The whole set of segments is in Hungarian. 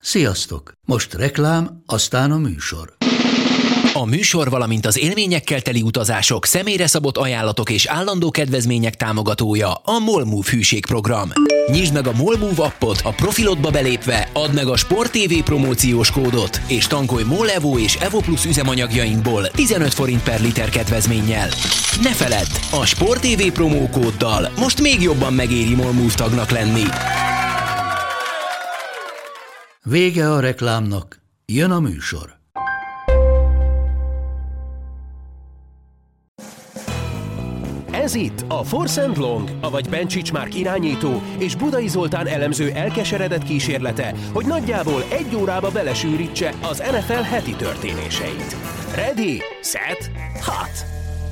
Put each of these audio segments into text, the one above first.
Sziasztok! Most reklám, aztán a műsor. A műsor, valamint az élményekkel teli utazások, személyre szabott ajánlatok és állandó kedvezmények támogatója a MOL Move hűségprogram. Nyisd meg a MOL Move appot, a profilodba belépve add meg a Sport TV promóciós kódot, és tankolj MOL Evo és Evo Plus üzemanyagjainkból 15 forint per liter kedvezménnyel. Ne feledd, a Sport TV promókóddal most még jobban megéri MOL Move tagnak lenni. Vége a reklámnak, jön a műsor. Ez itt a Force & Long, avagy Bencsics Márk irányító és Budai Zoltán elemző elkeseredett kísérlete, hogy nagyjából egy órába belesűrítse az NFL heti történéseit. Ready, set, hot!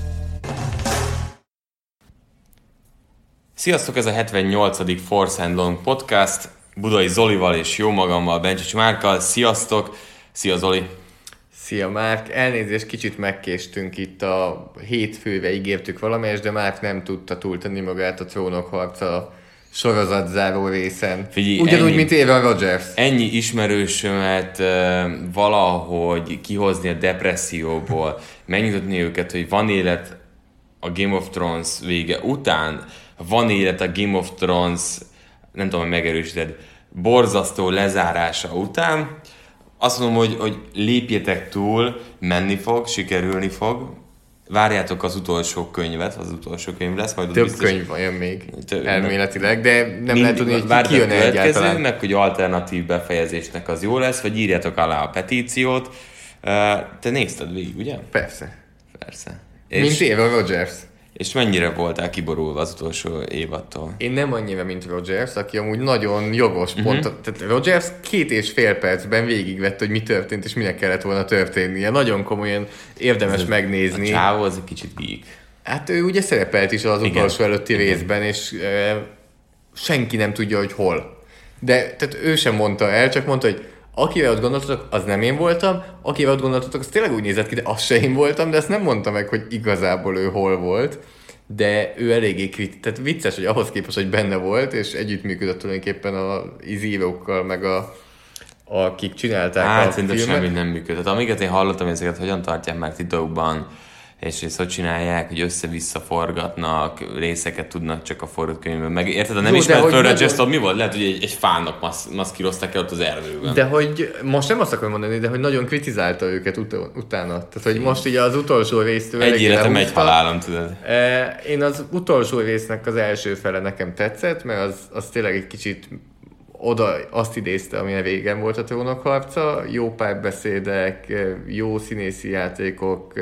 Sziasztok, ez a 78. Force & Long podcast, Budai Zolival és jó magammal, Bencsics Márkkal. Sziasztok! Szia Zoli! Szia Márk! Elnézést, kicsit megkéstünk itt a hétfőre ígértük valamelyest, de Márk nem tudta túltenni magát a Trónok harca sorozatzáró részen. Figyelj, ugyanúgy, mint Aaron Rodgers. Ennyi ismerősömet valahogy kihozni a depresszióból, megnyitni őket, hogy van élet a Game of Thrones vége után, van élet a Game of Thrones, nem tudom, hogy megerősíted, borzasztó lezárása után. Azt mondom, hogy lépjetek túl, menni fog, sikerülni fog. Várjátok az utolsó könyvet, az utolsó könyv lesz. Majd Több biztos, könyv van még elméletileg, de nem lehet tudni, hogy ki jön egyáltalán. Meg hogy alternatív befejezésnek az jó lesz, vagy írjátok alá a petíciót. Te nézted végig, ugye? Persze. És, mint Aaron Rodgers. És mennyire voltál kiborulva az utolsó évadtól? Én nem annyira, mint Rodgers, aki amúgy nagyon jogos pont. Tehát Rodgers 2,5 percben végigvett, hogy mi történt, és minek kellett volna történnie. Nagyon komolyan érdemes megnézni. A csávó az egy kicsit geek. Hát ő ugye szerepelt is az utolsó előtti részben, és senki nem tudja, hogy hol. De tehát ő sem mondta el, csak mondta, hogy akire ott gondoltatok, az nem én voltam, akire ott gondoltatok, az tényleg úgy nézett ki, de az se én voltam, de ezt nem mondta meg, hogy igazából ő hol volt. De ő eléggé tehát vicces, hogy ahhoz képest, hogy benne volt, és együttműködött tulajdonképpen az írókkal, meg akik csinálták a filmet. Szerintem semmi nem működött. Amiket én hallottam, ezeket hogyan tartják meg titokban, és hogy csinálják, hogy össze-vissza forgatnak, részeket tudnak csak a forgatókönyvben. Meg érted, nem ismert föl Rodgers-t, mi volt? Lehet, hogy egy fának maszkírozták el ott az erdőben. De hogy most nem azt akarom mondani, de hogy nagyon kritizálta őket utána. Tehát, hogy most így az utolsó résztől egy életem, egy halálom, tudod. Én az utolsó résznek az első fele nekem tetszett, mert az tényleg egy kicsit oda azt idézte, amilyen régen volt a Trónok harca. Jó párbeszédek, jó színészi játékok,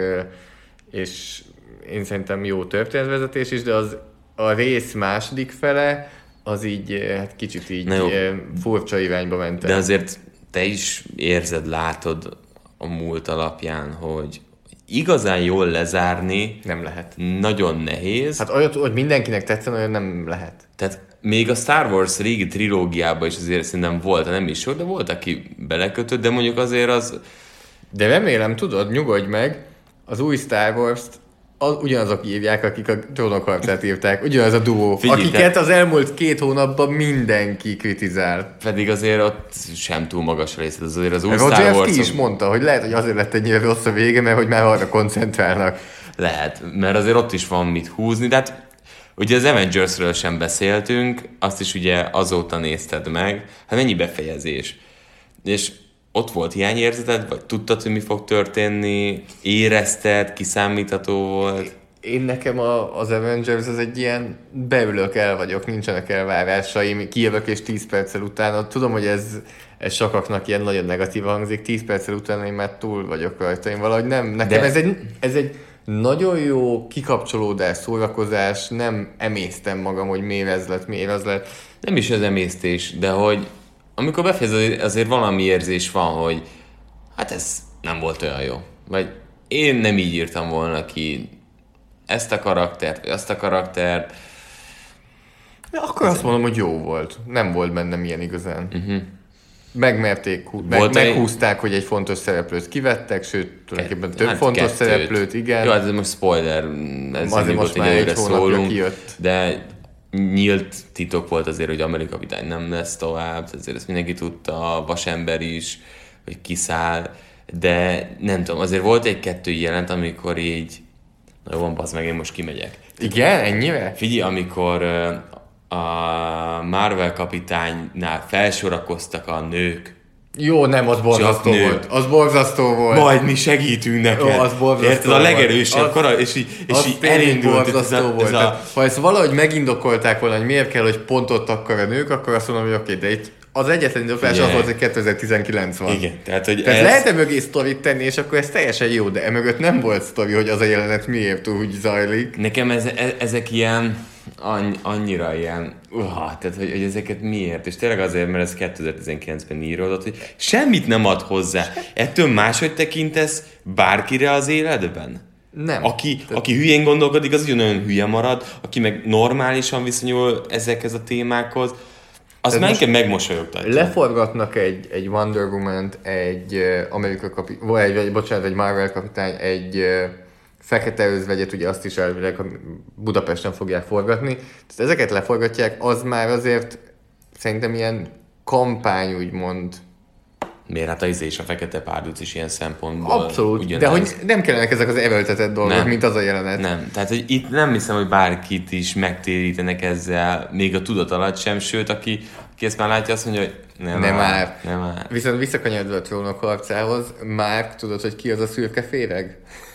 és én szerintem jó történetvezetés is, de a rész második fele az így hát kicsit így furcsa irányba ment el. De azért te is érzed, látod a múlt alapján, hogy igazán jól lezárni nem lehet. Nagyon nehéz. Hát olyat, hogy mindenkinek tetszen, olyan nem lehet. Tehát még a Star Wars régi trilógiában is azért szerintem volt, nem is sok, de volt, aki belekötött, de mondjuk azért az... De remélem, tudod, nyugodj meg, az új Star Wars-t ugyanazok írják, akik a Trónok harcát írták, ugyanaz a duó, akiket az elmúlt 2 hónapban mindenki kritizál. Pedig azért ott sem túl magas részlet, azért az új Star Star Wars ki is mondta, hogy lehet, hogy azért lett ennyire rossz a vége, mert hogy már arra koncentrálnak. Lehet, mert azért ott is van mit húzni, de hát ugye az Avengersről sem beszéltünk, azt is ugye azóta nézted meg, hát mennyi befejezés. És ott volt hiányérzeted, vagy tudtad, hogy mi fog történni, érezted, kiszámítható volt? Én nekem az Avengers az egy ilyen beülök, el vagyok, nincsenek elvárásaim, kijövök és 10 perccel utána, tudom, hogy ez sokaknak ilyen nagyon negatív hangzik, 10 perccel utána én már túl vagyok rajta, én valahogy nem, nekem ez egy nagyon jó kikapcsolódás, szórakozás, nem emésztem magam, hogy miért ez lett. Nem is az emésztés, de hogy amikor befejezed, azért valami érzés van, hogy hát ez nem volt olyan jó. Vagy én nem így írtam volna ki ezt a karaktert, vagy azt a karaktert. De akkor azt mondom, hogy jó volt. Nem volt bennem ilyen igazán. Megmerték, meghúzták, hogy egy fontos szereplőt kivettek, sőt, tulajdonképpen több fontos szereplőt, igen. Jó, ez most spoiler, ez azért most már egy hónapja kijött. De nyílt titok volt azért, hogy Amerika kapitány nem lesz tovább, azért ezt mindenki tudta, a vasember is, hogy kiszáll, de nem tudom, azért volt egy-kettő jelent, amikor így, na jó, bazd meg, én most kimegyek. Igen? Ennyire? Figyelj, amikor a Marvel kapitánynál felsorakoztak a nők. Jó, nem, az borzasztó volt. Az borzasztó volt. Majd mi segítünk neked. Jó, az borzasztó. Érted, a legerősebb kora, és így elindult. Ha ezt valahogy megindokolták volna, hogy miért kell, hogy pontot akar a nők, akkor azt mondom, hogy oké, de itt az egyetlen indoklás az volt, hogy 2019 van. Igen, tehát hogy tehát lehet mögé sztorit tenni, és akkor ez teljesen jó, de emögött nem volt sztori, hogy az a jelenet miért úgy zajlik. Nekem ezek ilyen, annyira ilyen, tehát hogy ezeket miért? És tényleg azért, mert ez 2019-ben íródott, hogy semmit nem ad hozzá. Ettől máshogy tekintesz bárkire az életben? Nem. Aki hülyén gondolkodik, az ugyanolyan hülye marad, aki meg normálisan viszonyul ezekhez a témákhoz, azt már inkább megmosolyogtatja. Leforgatnak egy Wonder Woman-t, egy egy Marvel kapitány, egy Fekete Özvegyet, ugye azt is elvileg Budapesten fogják forgatni. Tehát ezeket leforgatják, az már azért szerintem ilyen kampány, úgymond. Miért? Hát és a Fekete Párduc is ilyen szempontból. Abszolút, ugyanaz. De hogy nem kellenek ezek az erőltetett dolgok, mint az a jelenet. Nem, tehát hogy itt nem hiszem, hogy bárkit is megtérítenek ezzel, még a tudat alatt sem, sőt, aki ezt már látja, azt mondja, hogy nem már. Viszont visszakanyarodva a Trónok harcához, Márk, tudod, hogy ki az a szürke féreg?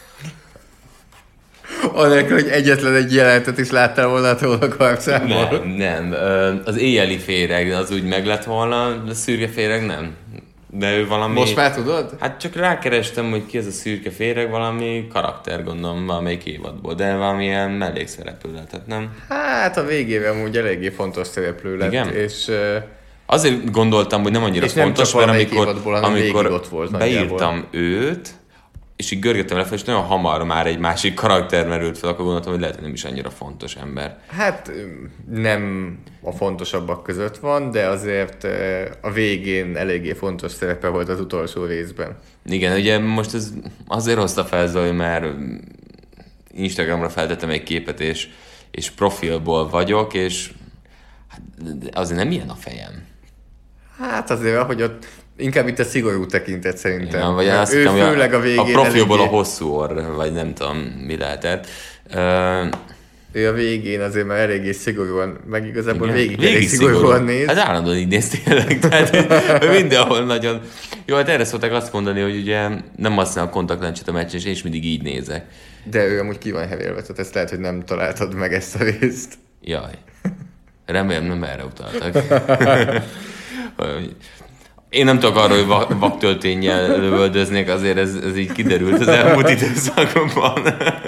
Anélkül, hogy egyetlen egy jelentet is láttál volna a Trónok harcából. Nem. Az éjjeli féreg az úgy meg lett volna, de a szürke féreg nem. De ő valami... Most már tudod? Hát csak rákerestem, hogy ki ez a szürke féreg, valami karakter, gondolom, valamelyik évadból, de valamilyen mellékszereplő lehetett, nem? Hát a végében úgy eléggé fontos szereplő lett. Igen? És azért gondoltam, hogy nem annyira fontos, mert amikor ott volt, beírtam őt, és így görgettem lefelé, és nagyon hamar már egy másik karakter merült fel, akkor gondoltam, hogy lehet, hogy nem is annyira fontos ember. Hát nem a fontosabbak között van, de azért a végén eléggé fontos szerepe volt az utolsó részben. Igen, ugye most ez azért hozta fel Zoli, mert Instagramra feltettem egy képet, és profilból vagyok, és hát azért nem ilyen a fejem. Hát azért, hogy ott inkább itt a szigorú tekintet szerintem. Ja, vagy azt ő hittem, főleg a végén a profilból eléggé... a hosszú orr, vagy nem tudom, mi lehetett. Ő a végén azért már eléggé szigorúan, meg igazából végig szigorúan néz. Hát állandóan így néz tényleg, tehát mindenhol nagyon... Jó, hát erre szokták azt mondani, hogy ugye nem használ a kontaktlencsét a meccsen, és én is mindig így nézek. De ő amúgy ki van hevélve, tehát ezt lehet, hogy nem találtad meg ezt a részt. Jaj. Remélem nem erre utaltak. Én nem tudok arról, hogy vaktölténnyel lövöldöznék, azért ez így kiderült az elmúlt időszakokban.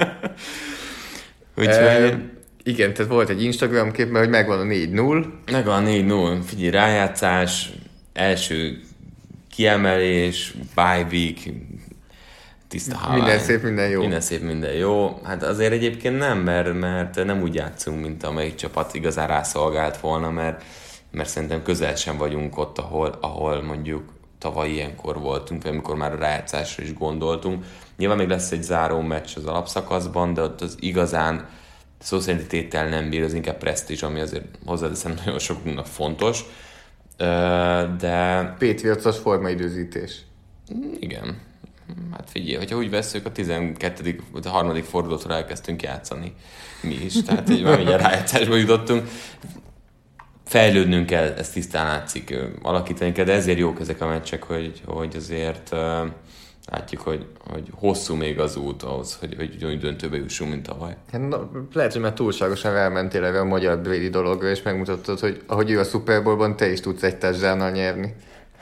Igen, tehát volt egy Instagram kép, mert hogy megvan a 4-0. Megvan a 4-0. Figyelj, rájátszás, első kiemelés, bye week, tiszta halál. Minden szép, minden jó. Minden szép, minden jó. Hát azért egyébként nem, mert nem úgy játszunk, mint amelyik csapat igazán rászolgált volna, mert szerintem közel sem vagyunk ott, ahol mondjuk tavaly ilyenkor voltunk, vagy amikor már a rájátszásra is gondoltunk. Nyilván még lesz egy záró meccs az alapszakaszban, de ott az igazán szó szerinti tétel nem bír, az inkább presztízs, ami azért hozzáteszem nagyon sokunknak fontos. De... Patriots-os formaidőzítés. Igen. Hát figyelj, hogyha úgy vesszük, a 12. vagy a 3. fordulótól elkezdtünk játszani mi is, tehát így már mindjárt rájátszásba jutottunk. Fejlődnünk kell, ezt tisztán látszik, alakítani kell, de ezért jók ezek a meccsek, hogy azért látjuk, hogy hosszú még az út ahhoz, hogy ugyanúgy döntőbe jussunk, mint tavaly. Lehet, hogy már túlságosan elmentél erre a magyar Brady dologra, és megmutattad, hogy ahogy ő a Super Bowlban, te is tudsz egy touchdownnal nyerni.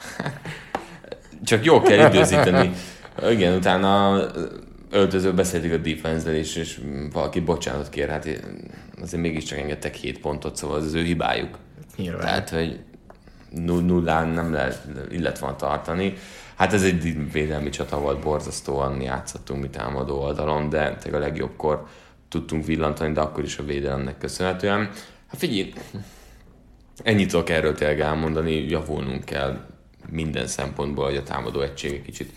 Csak jól kell időzíteni. Igen, utána öltöző beszéltük a defense-del is, és valaki bocsánatot kér, hát azért mégiscsak engedtek 7 pontot, szóval az ő hibájuk. Nyilván. Tehát, hogy nullán nem illet van tartani. Hát ez egy védelmi csata volt, borzasztóan játszottunk mi támadó oldalon, de a legjobbkor tudtunk villantani, de akkor is a védelemnek köszönhetően. Hát figyelj, ennyit tudok erről tényleg elmondani, javulnunk kell minden szempontból, hogy a támadó egység kicsit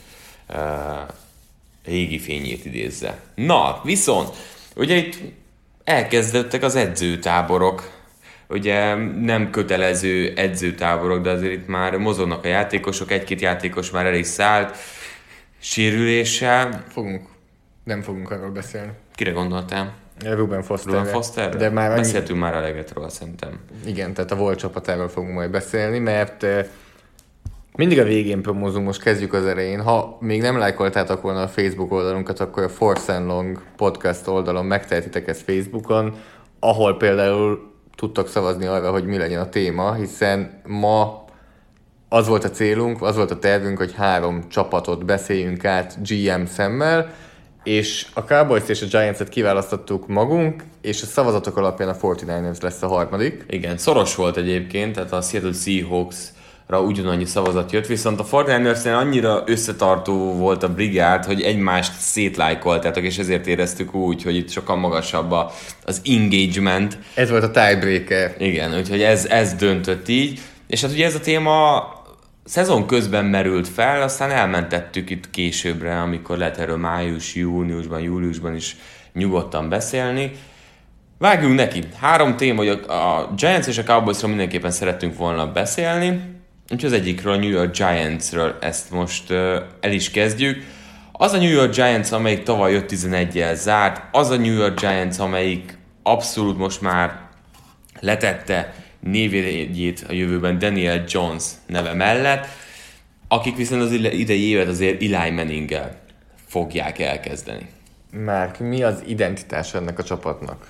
régi fényét idézze. Na, viszont, ugye itt elkezdődtek az edzőtáborok, ugye nem kötelező edzőtáborok, de azért itt már mozognak a játékosok, egy-két játékos már el is szállt sérüléssel. Nem fogunk arról beszélni. Kire gondoltál? Ruben Fosterre. De már beszéltünk már eleget róla, szerintem. Igen, tehát a volt csapatáról fogunk majd beszélni, mert mindig a végén promózunk, most kezdjük az elején. Ha még nem lájkoltátok volna a Facebook oldalunkat, akkor a Force and Long podcast oldalon megtehetitek ezt Facebookon, ahol például tudtak szavazni arra, hogy mi legyen a téma, hiszen ma az volt a célunk, az volt a tervünk, hogy 3 csapatot beszéljünk át GM szemmel, és a Cowboys és a Giants-et kiválasztottuk magunk, és a szavazatok alapján a 49ers lesz a harmadik. Igen, szoros volt egyébként, tehát a Seattle Seahawks-ra ugyanannyi szavazat jött, viszont a 49ers-nél annyira összetartó volt a brigád, hogy egymást szétlájkoltátok, és ezért éreztük úgy, hogy itt sokkal magasabb az engagement. Ez volt a tiebreaker. Igen, úgyhogy ez döntött így, és hát ugye ez a téma szezon közben merült fel, aztán elmentettük itt későbbre, amikor lehet erről május, júniusban, júliusban is nyugodtan beszélni. Vágjunk neki. 3 téma, hogy a Giants és a Cowboysról mindenképpen szerettünk volna beszélni, úgyhogy az egyikről, a New York Giantsről ezt most el is kezdjük. Az a New York Giants, amelyik tavaly 5-11-jel zárt, az a New York Giants, amelyik abszolút most már letette névjegyét a jövőben Daniel Jones neve mellett, akik viszont az idei évet azért Eli Manninggel fogják elkezdeni. Márk, mi az identitás ennek a csapatnak?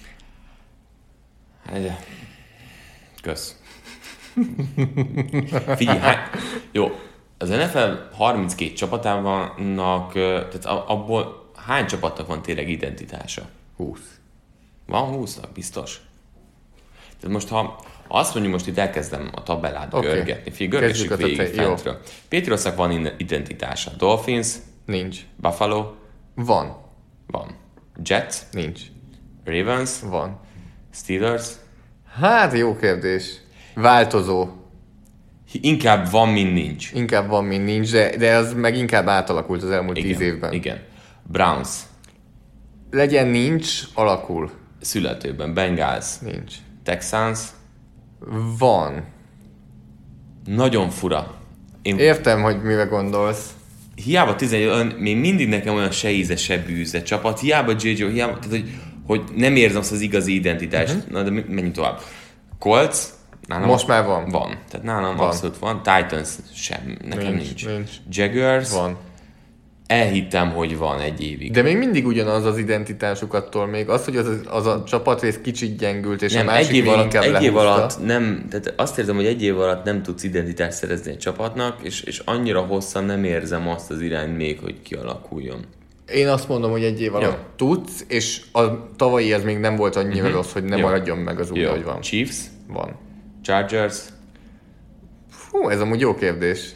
Kösz. Figyelj, jó, az NFL 32 csapatának, tehát abból hány csapatnak van tényleg identitása? 20. Van 20-nak, biztos? Tehát most, ha azt mondjuk, most itt elkezdem a tabellát görgetni. Figyelj, görgessük végig fentről. Patriotsnak van identitása. Dolphins? Nincs. Buffalo? Van. Jets? Nincs. Ravens? Van. Steelers? Hát jó kérdés. Változó. Inkább van, mint nincs. Inkább van, mint nincs, de az meg inkább átalakult az elmúlt 10 évben. Igen. Browns? Legyen nincs, alakul. Születőben. Bengals? Nincs. Texans? Van. Nagyon fura. Értem, hogy mire gondolsz. Hiába 11, még mindig nekem olyan se íze, se bűze csapat. Hiába JJ, hiába, tehát, hogy nem érzem azt az igazi identitást. Na, de menjünk tovább. Colts? Nálam most már van. Van. Tehát nálam abszolút van. Titans sem. Nekem nincs. Jaguars? Van. Elhittem, hogy van egy évig. De még mindig ugyanaz az identitásuk attól még. Az, hogy az a csapatrész kicsit gyengült, és nem, a másik még inkább lehúzta. Egy év alatt nem, tehát azt érzem, hogy egy év alatt nem tudsz identitást szerezni egy csapatnak, és annyira hosszan nem érzem azt az irányt még, hogy kialakuljon. Én azt mondom, hogy egy év alatt tudsz, és a tavalyi ez még nem volt annyira rossz, hogy ne maradjon meg az úgy, hogy van. Chiefs? Van. Chargers? Fú, ez amúgy jó kérdés.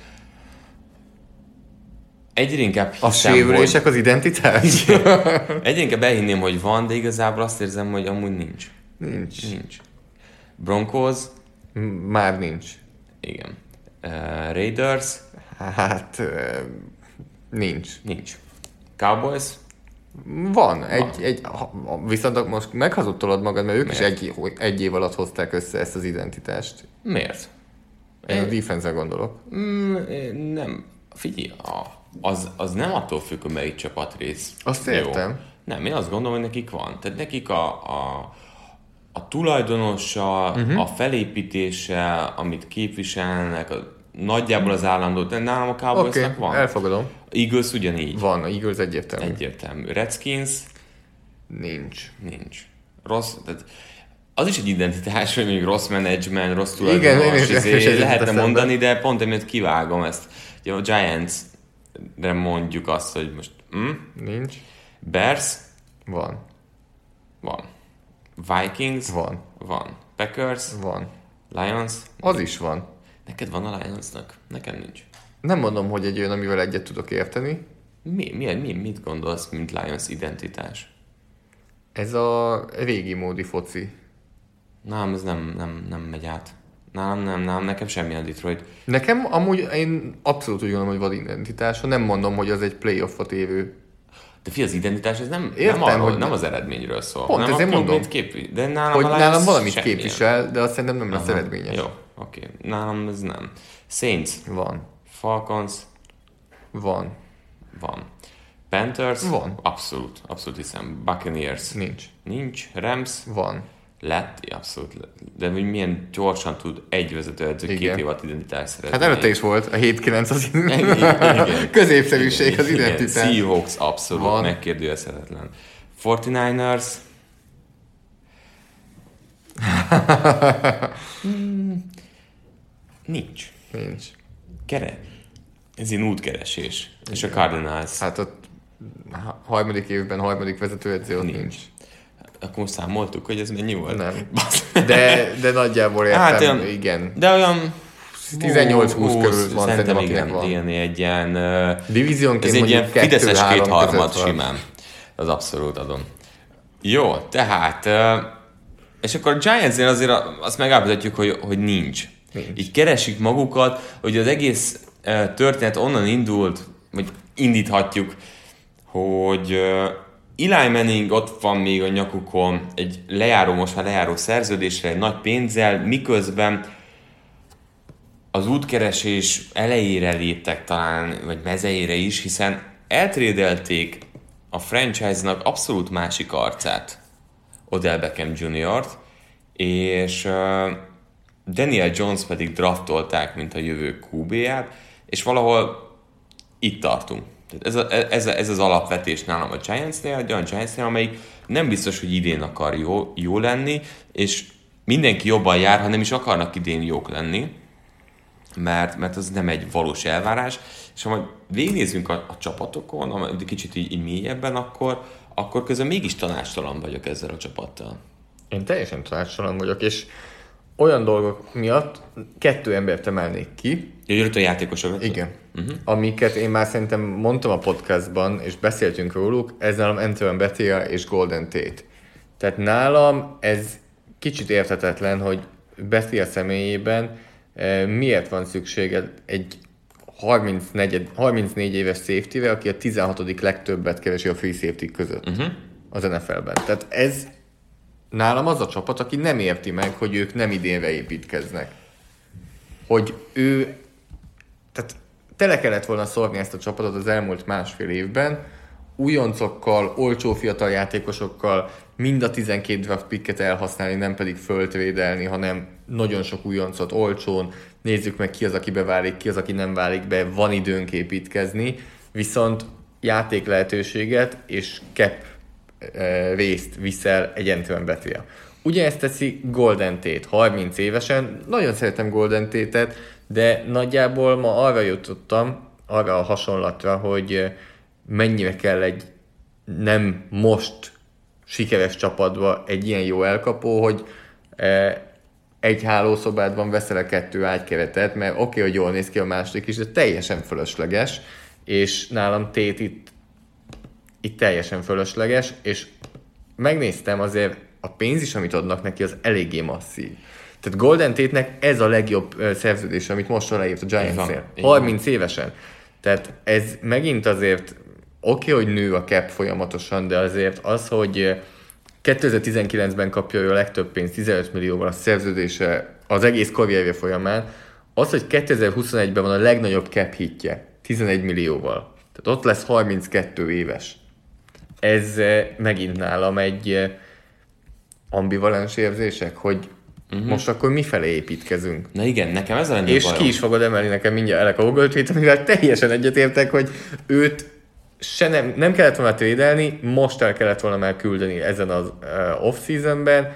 Egyre inkább hiszem, a sérülések az identitás? Egyre inkább elhinném, hogy van, de igazából azt érzem, hogy amúgy nincs. Nincs. Broncos? Már nincs. Igen. Raiders? Hát... Nincs. Cowboys? Van. Viszont most meghazudtolod magad, mert ők is egy év alatt hozták össze ezt az identitást. Miért? Én a defense-re gondolok. Nem. Figyelj, az nem attól függ, hogy melyik csapatrész. Azt értem. Jó. Nem, én azt gondolom, hogy nekik van. Tehát nekik a tulajdonosa, a felépítése, amit képviselnek, nagyjából az állandó, de nálam a Cowboysnak van. Elfogadom. Eagles ugyanígy. Van, a Eagles egyértelmű. Redskins? Nincs. Rossz, tehát az is egy identitás, hogy még rossz menedzsment, rossz tulajdonos, lehetne mondani, de pont emiatt kivágom ezt. Ugye a Giants-re mondjuk azt, hogy most Nincs. Bears? Van. Vikings? Van. Packers? Van. Lions? Az is van. Neked van a Lionsnak? Nekem nincs. Nem mondom, hogy egy olyan, amivel egyet tudok érteni. Mit gondolsz, mint Lions identitás? Ez a régi módi foci. Nem, ez nem megy át. Nem, nekem semmi a Detroit. Nekem amúgy én abszolút úgy gondolom, hogy van identitása. Nem mondom, hogy az egy playoffot évő De az identitás, ez nem Értem, nem az eredményről szól. Pont hanem ezért mondom, de hogy nálam valamit képvisel, de azt szerintem nem lesz eredményes. Jó, oké. Nálam ez nem. Saints. Van. Falcons. Van. Panthers. Van. Abszolút hiszem. Buccaneers. Nincs. Rams. Van. Lett, abszolút. De milyen gyorsan tud egy vezetőedző 2 év alatt identitást szerezni. Hát előtte is volt, a 7-9 az középszerűség az identitás. Seahawks abszolút megkérdőjelezhetetlen. 49ers. Nincs. Ez ilyen útkeresés. És a Cardinals. Hát ott harmadik évben harmadik vezetőedző ott nincs. Akkor most számoltuk, hogy ez mennyi volt? Nem. De nagyjából értem, hát olyan, igen. De olyan 18-20 körül van, szerintem igen, egy ilyen divizionként ez egy ilyen Fideszes 2/3 simán. Az abszolút adom. Jó, tehát és akkor a Giantsnél azért azt megállapítjuk, hogy nincs. Így keresik magukat, hogy az egész történet onnan indult, vagy indíthatjuk, hogy Eli Manning ott van még a nyakukon egy most már lejáró szerződésre, egy nagy pénzzel, miközben az útkeresés elejére léptek talán, vagy mezejére is, hiszen eltrédelték a franchise-nak abszolút másik arcát, Odell Beckham Jr.-t, és Daniel Jones pedig draftolták, mint a jövő QB-ját, és valahol itt tartunk. Ez az alapvetés nálam a Giantsnél, egy olyan Giantsnél, amelyik nem biztos, hogy idén akar jó lenni, és mindenki jobban jár, ha nem is akarnak idén jók lenni, mert az nem egy valós elvárás, és ha majd végignézzünk a csapatokon, kicsit így mélyebben, akkor közben mégis tanácstalan vagyok ezzel a csapattal. Én teljesen tanácstalan vagyok, és olyan dolgok miatt 2 embert emelnék ki. Jöjjön a játékosok. Igen. Amiket én már szerintem mondtam a podcastban, és beszéltünk róluk, ez nálam Antoine Bethea és Golden Tate. Tehát nálam ez kicsit érthetetlen, hogy Bethea személyében miért van szükséged egy 34 éves safety-re, aki a 16. legtöbbet keresi a free safety között az NFL-ben. Tehát ez nálam az a csapat, aki nem érti meg, hogy ők nem idénre építkeznek. Hogy ő... Tehát tele kellett volna szórni ezt a csapatot az elmúlt 1,5 évben, újoncokkal, olcsó fiatal játékosokkal, mind a 12 draft picket elhasználni, nem pedig föltrédelni, hanem nagyon sok újoncot olcsón, nézzük meg ki az, aki beválik, ki az, aki nem válik be, van időnk építkezni, viszont játék lehetőséget és cap részt viszel egy Antoine Bethea. Ugyanezt teszi Golden Tate, 30 évesen, nagyon szeretem Golden Tate-et, de nagyjából ma arra jutottam, arra a hasonlatra, hogy mennyire kell egy nem most sikeres csapatba egy ilyen jó elkapó, hogy egy hálószobádban veszel 2 ágykeretet, mert oké, hogy jól néz ki a második is, de teljesen fölösleges, és nálam Tate itt teljesen fölösleges, és megnéztem azért a pénz is, amit adnak neki, az eléggé masszív. Tehát Golden Tate-nek ez a legjobb szerződés, amit most aláírt a Giants-nél. 30 évesen. Tehát ez megint azért oké, hogy nő a cap folyamatosan, de azért az, hogy 2019-ben kapja ő a legtöbb pénzt, 15 millióval a szerződése az egész karrierje folyamán, az, hogy 2021-ben van a legnagyobb cap hitje, 11 millióval. Tehát ott lesz 32 éves. Ez megint nálam egy ambivalens érzések, hogy most akkor mifelé építkezünk. Na igen, nekem ez a lenne és bajom. Ki is fogod emelni nekem mindjárt Alec Ogletree-t, amivel teljesen egyetértek, hogy őt nem kellett volna trédelni, most el kellett volna már küldeni ezen az off-seasonben.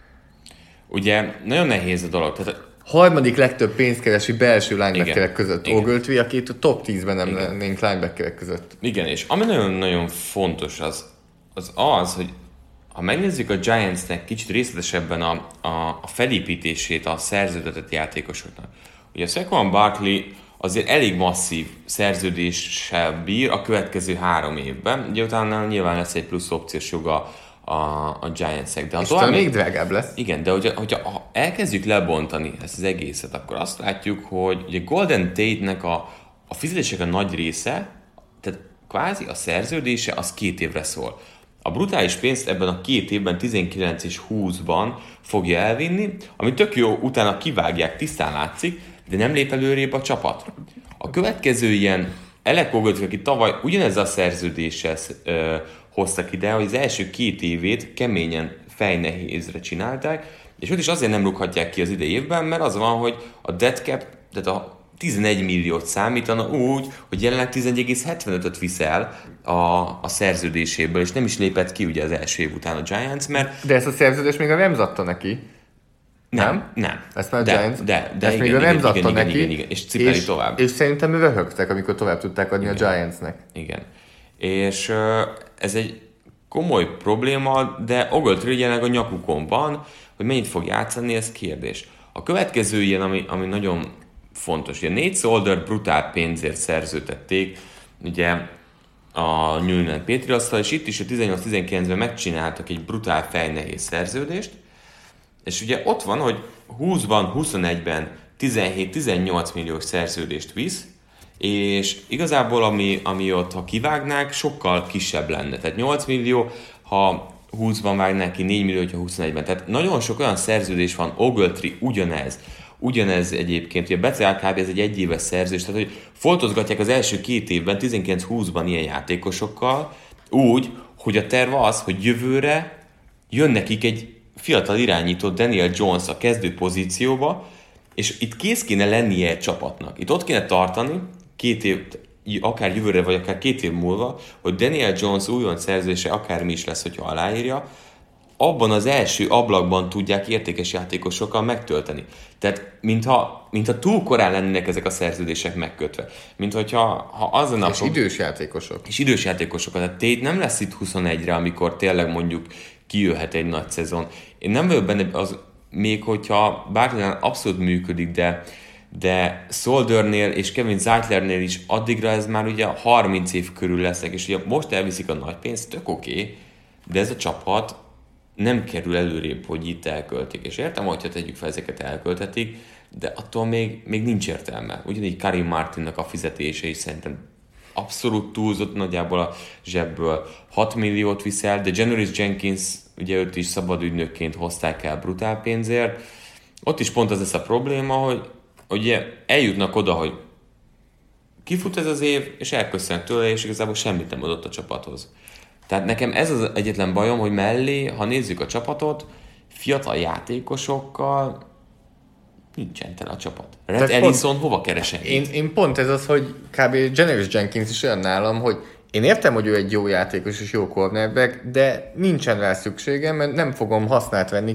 Ugye nagyon nehéz a dolog. Tehát harmadik legtöbb pénzt keresi belső linebackerek között. Ogletree, akit a top 10-ben nem lennénk linebackerek között. Igen, és ami nagyon-nagyon fontos az, hogy ha megnézzük a Giantsnek kicsit részletesebben a felépítését a szerződtetett játékosoknak. Ugye a Saquon Barkley azért elég masszív szerződéssel bír a következő 3 évben. Ugye utána nyilván lesz egy plusz opciós joga a Giantsnek. De és talán még drágább lesz. Igen, de hogyha elkezdjük lebontani ezt az egészet, akkor azt látjuk, hogy ugye Golden Tate-nek a fizetések a nagy része, tehát kvázi a szerződése az 2 évre szól. A brutális pénzt ebben a 2 évben, 19 és 20-ban fogja elvinni, ami tök jó, utána kivágják, tisztán látszik, de nem lép előrébb a csapat. A következő ilyen Alec Ogletree, aki tavaly ugyanezzel a szerződéssel hoztak ide, hogy az első 2 évét keményen fejnehézre csinálták, és ott is azért nem rúghatják ki az idei évben, mert az van, hogy a dead cap, tehát a 11 milliót számítana úgy, hogy jelenleg 11,75-öt visz el a szerződéséből, és nem is lépett ki ugye az első év után a Giants, mert... De ezt a szerződést még a Rams adta neki. Nem. Ezt már a Giants? De ezt még a Rams adta neki. Igen, és cipeli tovább. És szerintem röhögtek, amikor tovább tudták adni a Giantsnek. Igen. És ez egy komoly probléma, de Ogletree jelenleg a nyakukon van, hogy mennyit fog játszani, ez kérdés. A következő ilyen, ami nagyon fontos, ugye Nate Solder brutál pénzért szerződtették, ugye a New England Patriots-tal, és itt is a 18-19-ben megcsináltak egy brutál fejnehéz szerződést, és ugye ott van, hogy 20-ban, 21-ben 17-18 milliós szerződést visz, és igazából ami ott, ha kivágnák, sokkal kisebb lenne. Tehát 8 millió, ha 20-ban vágnák ki, 4 millió, ha 21-ben. Tehát nagyon sok olyan szerződés van, Ogletree ugyanez egyébként, ugye Becel kb. Ez egy egyéves szerződés, tehát hogy foltozgatják az első 2 évben, 19-20-ban ilyen játékosokkal, úgy, hogy a terv az, hogy jövőre jön nekik egy fiatal irányító Daniel Jones a kezdő pozícióba, és itt kész kéne lennie egy csapatnak. Itt ott kéne tartani 2 év, akár jövőre, vagy akár 2 év múlva, hogy Daniel Jones újonc szerződése akármi is lesz, hogyha aláírja, abban az első ablakban tudják értékes játékosokkal megtölteni. Tehát, mintha túl korán lennének ezek a szerződések megkötve. Mint hogyha azon és idős játékosok. És idős játékosok. Tehát Tate nem lesz itt 21-re, amikor tényleg mondjuk kijöhet egy nagy szezon. Én nem vagyok benne, még hogyha bármilyen abszolút működik, de Soldernél és Kevin Zeitlernél is addigra ez már ugye 30 év körül lesznek, és ugye most elviszik a nagy pénzt, tök oké, de ez a csapat nem kerül előrébb, hogy itt elköltik. És értem, hogyha tegyük fel, ezeket elköltetik, de attól még nincs értelme. Ugyanígy Karim Martinnak a fizetése is szerintem abszolút túlzott, nagyjából a zsebből 6 milliót viszel, de Janoris Jenkins, ugye őt is szabad ügynökként hozták el brutál pénzért. Ott is pont az lesz a probléma, hogy ugye eljutnak oda, hogy kifut ez az év, és elköszönnek tőle, és igazából semmit nem adott a csapathoz. Tehát nekem ez az egyetlen bajom, hogy mellé, ha nézzük a csapatot, fiatal játékosokkal nincsen tele a csapat. Red Ellison hova keresen? Én pont ez az, hogy kb. Janoris Jenkins is olyan nálam, hogy én értem, hogy ő egy jó játékos és jó cornerback, de nincsen rá szükségem, mert nem fogom használt venni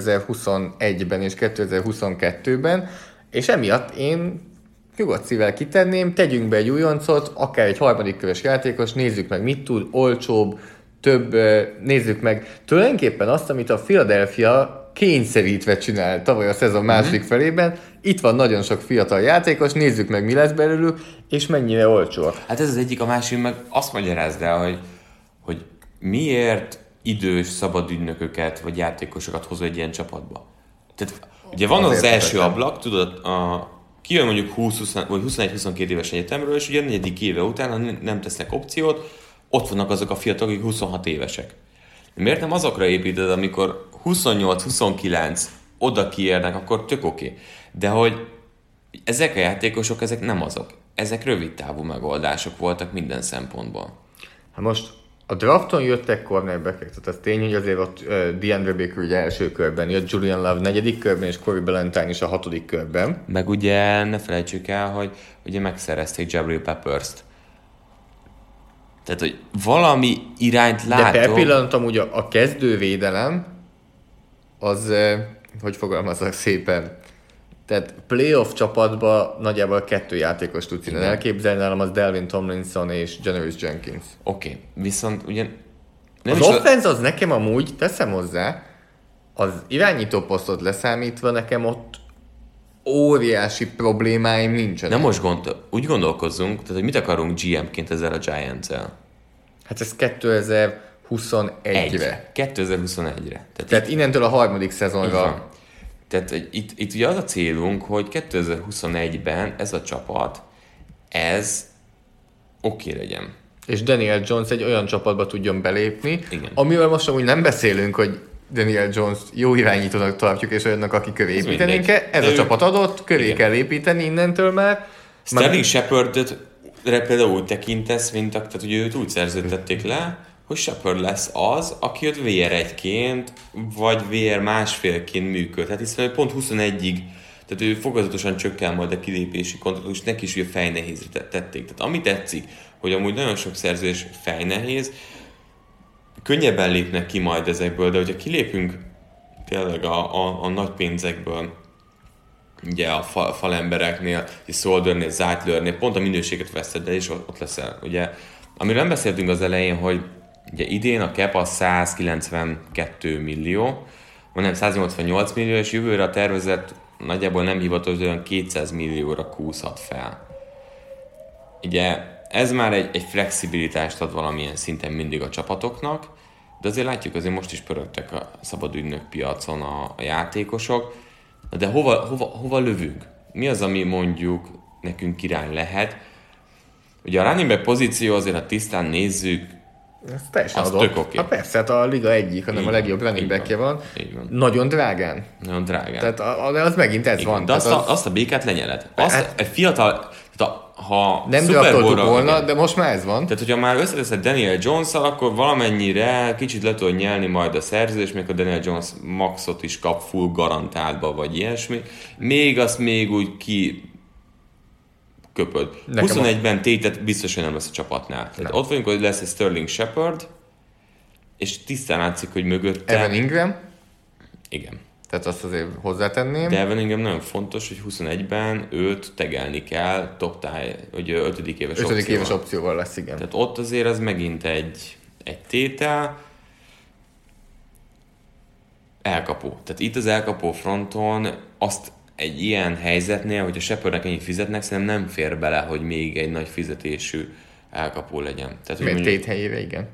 2021-ben és 2022-ben, és emiatt én nyugodt szívvel kitenném, tegyünk be egy újoncot, akár egy harmadik körös játékos, nézzük meg mit tud, olcsóbb, több, nézzük meg tulajdonképpen azt, amit a Philadelphia kényszerítve csinál tavaly a szezon második felében. Itt van nagyon sok fiatal játékos, nézzük meg mi lesz belőlük, és mennyire olcsóak. Hát ez az egyik, a másik meg azt magyarázd el, hogy miért idős szabad ügynököket vagy játékosokat hozol egy ilyen csapatba. Tehát ugye van az első ablak, tudod, kijön mondjuk 20 vagy 21-22 éves egyetemről, és ugye a 4. éve után, ha nem tesznek opciót, ott vannak azok a fiatalok, akik 26 évesek. Miért nem azokra építed, amikor 28-29 oda kiérnek, akkor tök oké. De hogy ezek a játékosok, ezek nem azok. Ezek rövid távú megoldások voltak minden szempontból. Hát most a drafton jöttek cornerbackek, tehát az tény, hogy azért ott DeAndre Baker ugye első körben, jött Julian Love 4. körben, és Corey Ballentine is a 6. körben. Meg ugye ne felejtsük el, hogy ugye megszerezték Jabril Peppers-t. Tehát, hogy valami irányt látom... De per pillanat amúgy a kezdővédelem az, hogy fogalmazzak szépen, tehát playoff csapatban nagyjából 2 játékos tudsz innen elképzelni, nálam az Delvin Tomlinson és Janoris Jenkins. Oké, viszont ugye... Az offense az nekem amúgy, teszem hozzá, az irányító posztot leszámítva nekem ott óriási problémáim nincsenek. Nem most úgy gondolkozzunk, tehát hogy mit akarunk GM-ként ezzel a Giants-el? Hát ez 2021-re. 2021-re. Tehát innentől a 3. szezonra. Tehát itt ugye az a célunk, hogy 2021-ben ez a csapat, ez oké legyen. és Daniel Jones egy olyan csapatba tudjon belépni, igen. amivel most amúgy nem beszélünk, hogy Daniel Jones jó irányítónak tartjuk, és olyannak, aki köré építenénk-e. Ez a csapat adott, köré kell építeni innentől már. Sterling Shepardot például úgy tekintesz, mint tehát hogy őt úgy szerződtették le, hogy Shepard lesz az, aki ott VR1-ként, vagy VR másfélként működ. Hát hiszen pont 21-ig, tehát ő fokozatosan csökken majd a kilépési kontraktus, és neki is ugye fejnehézre tették. Tehát ami tetszik, hogy amúgy nagyon sok szerződés fejnehéz, könnyebben lépnek ki majd ezekből, de hogyha kilépünk tényleg a nagy pénzekből, ugye a falembereknél, és Soldernél, Zeitlernél, pont a minőséget veszed el, és ott leszel. Ugye, amiről nem beszéltünk az elején, hogy ugye idén a cap az 192 millió, vagy nem 188 millió, és jövőre a tervezet nagyjából nem hivatalos, de olyan 200 millióra kúszhat fel. Ugye ez már egy flexibilitást ad valamilyen szinten mindig a csapatoknak, de azért látjuk, azért most is pörögtek a szabadügynök piacon a játékosok, de hova lövünk? Mi az, ami mondjuk nekünk király lehet? Ugye a running back pozíció azért, ha tisztán nézzük, ez teljesen adott. Tök okay. Hát persze, hát a liga egyik, hanem a legjobb running backje van. Nagyon drágán. Nagyon drágán. Tehát az megint ez igen, van. De azt a békát lenyeled. Egy fiatal, ha nem draftoltuk volna, de most már ez van. Tehát, hogyha már összeteszed Daniel Jones-szal, akkor valamennyire kicsit le tudod nyelni majd a szerződés, még a Daniel Jones maxot is kap full garantáltba, vagy ilyesmi. Még azt még úgy ki köpöd. 21-ben tétet biztos, hogy nem lesz a csapatnál. Tehát ott vagyunk, hogy lesz egy Sterling Shepard, és tisztán látszik, hogy mögötte... Evan Ingram? Igen. Tehát azt azért hozzátenném. De Evan Ingram nagyon fontos, hogy 21-ben őt tegelni kell, hogy 5. éves opcióval lesz, igen. Tehát ott azért az megint egy tétel. Elkapó. Tehát itt az elkapó fronton azt egy ilyen helyzetnél, hogy a Shepardnek ennyit fizetnek, szerintem nem fér bele, hogy még egy nagy fizetésű elkapó legyen. Mert Tate helyére, igen.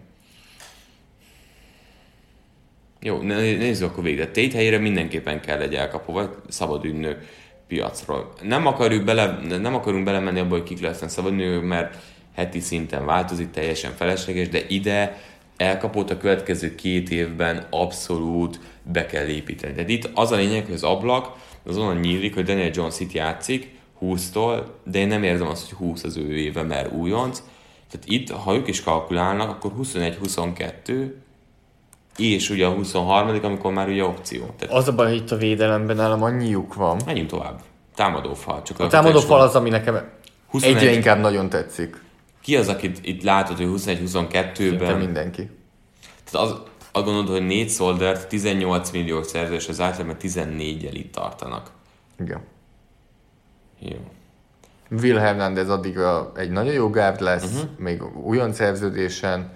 Jó, nézzük akkor végig. Tate helyére mindenképpen kell egy elkapó, vagy szabadügynök piacról. Nem akarunk belemenni abba, hogy kik lesznek szabadügynök, mert heti szinten változik, teljesen felesleges, de ide elkapót a következő 2 évben abszolút be kell építeni. Tehát itt az a lényeg, hogy az ablak azonnal nyílik, hogy Daniel Jones itt játszik 20-tól, de én nem érzem azt, hogy 20 az ő éve, mert újonc. Tehát itt, ha ők is kalkulálnak, akkor 21-22, és ugye a 23., amikor már ugye opció. Tehát az a baj, hogy itt a védelemben nálam annyi lyuk van. Menjünk tovább. Támadófal. Csak a támadófal az, ami nekem 21... egyre inkább nagyon tetszik. Ki az, akit itt látod, hogy 21-22-ben... Szinte mindenki. Tehát azt gondolod, hogy Nate Soldert 18 millió szerződés az általában 14-jel itt tartanak. Igen. Jó. Will Hernandez addig egy nagyon jó guard lesz, még újon szerződésen.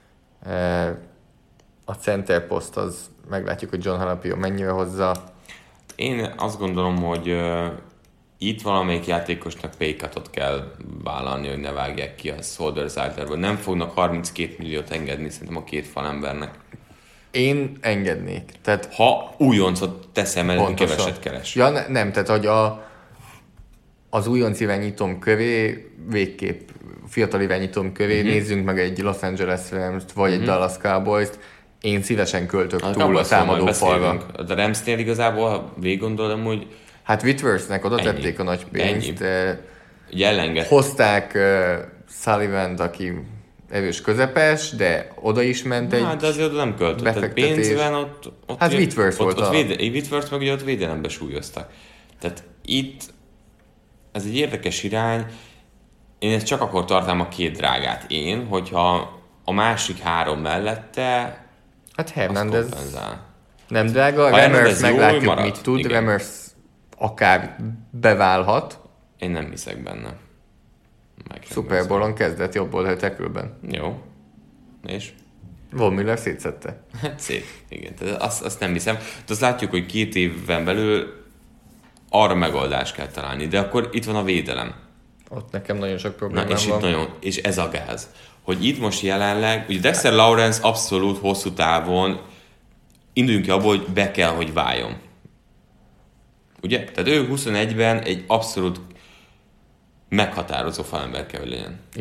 A center poszt az meglátjuk, hogy John Halapio mennyire hozza. Én azt gondolom, hogy itt valamelyik játékosnak paycutot kell vállalni, hogy ne vágják ki a Solder Zeitlerből. Nem fognak 32 milliót engedni szerintem a 2 falembernek. Én engednék. Tehát ha újoncot teszem, mert keveset keres. Ja, nem, tehát hogy az újonc irányítóm köré, végképp fiatal irányítóm köré nézzünk meg egy Los Angeles Rams-t, vagy egy Dallas Cowboys-t. Én szívesen költök túl a támadó falra. A Ramsnél igazából, ha végig gondolom, hogy... Hát Whitworthnek oda tették a nagy pénzt. Hozták Sullivant, aki erős közepes, de oda is ment egy de azért oda nem költött. Tehát pénzben ott hát Whitworth volt Whitworth meg ugye ott védelembe súlyoztak. Tehát itt ez egy érdekes irány. Én ezt csak akkor tartom a 2 drágát hogyha a másik 3 mellette hát Hernandez nem drága, Remers meglátjuk, mit tud, igen. Remers akár beválhat. Én nem hiszek benne. Super Bowl-on kezdett jobb oldal tackle-ben. Jó. És? Von Miller szétszette. Szép, igen. Tehát azt nem hiszem. De azt látjuk, hogy 2 éven belül arra megoldást kell találni. De akkor itt van a védelem. Ott nekem nagyon sok problémám van. És ez a gáz. Hogy itt most jelenleg, ugye Dexter Lawrence abszolút hosszú távon induljunk ki abból, hogy be kell, hogy váljon. Ugye? Tehát ő 21-ben egy abszolút meghatározó falember kell, hogy legyen. Igen.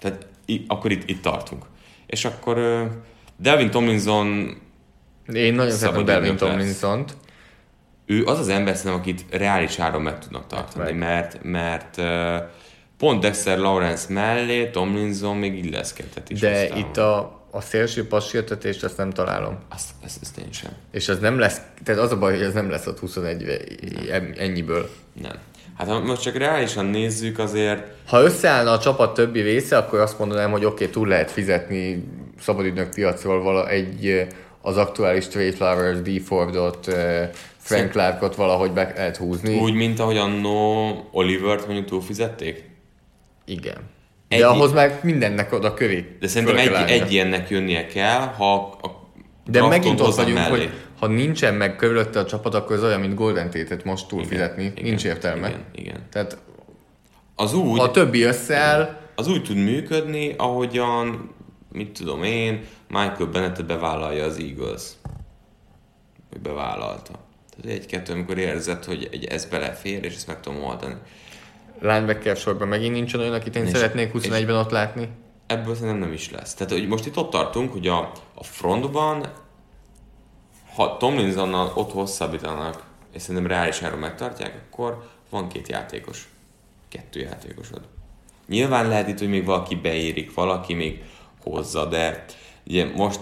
Tehát akkor itt tartunk. És akkor Delvin Tomlinson... Én nagyon szeretem Delvin Tomlinsont. Ő az ember szerintem, akit reális áron meg tudnak tartani, mert pont Dexter Lawrence mellé Tomlinson még illeszkedhet is. De itt a szélső passértetést ezt nem találom. Ezt én sem. És az nem lesz, tehát az a baj, hogy ez nem lesz ott 21 ennyiből. Nem. Hát ha most csak reálisan nézzük azért... Ha összeállna a csapat többi része, akkor azt mondanám, hogy oké, túl lehet fizetni szabadügynök piacról az aktuális Trey Flowers, D. Fordot, Frank Clarkot valahogy be lehet húzni. Úgy, mint ahogy annó Olivert mondjuk túlfizették? Igen. De ahhoz meg mindennek oda köré. De szerintem egy ilyennek jönnie kell, ha a de megint ott vagyunk, hogy ha nincsen meg körülötte a csapat, akkor ez olyan, mint Golden Tate-et most túlfizetni. Nincs értelme. Igen. Tehát a többi összeáll. Az úgy tud működni, ahogyan, mit tudom én, Michael Bennett bevállalja az Eagles. Vagy bevállalta. Tehát egy-kettő, amikor érzed, hogy ez belefér, és ezt meg tudom oldani. Linebacker sorban megint nincsen olyan, akit én szeretnék 21-ben ott látni. Ebből szerintem nem is lesz. Tehát hogy most itt tartunk, hogy a frontban, ha Tomlinsonnal ott hosszabbítanak, és szerintem reális áron megtartják, akkor van 2 játékosod. Nyilván lehet itt, hogy még valaki beérik, valaki még hozza, de ugye most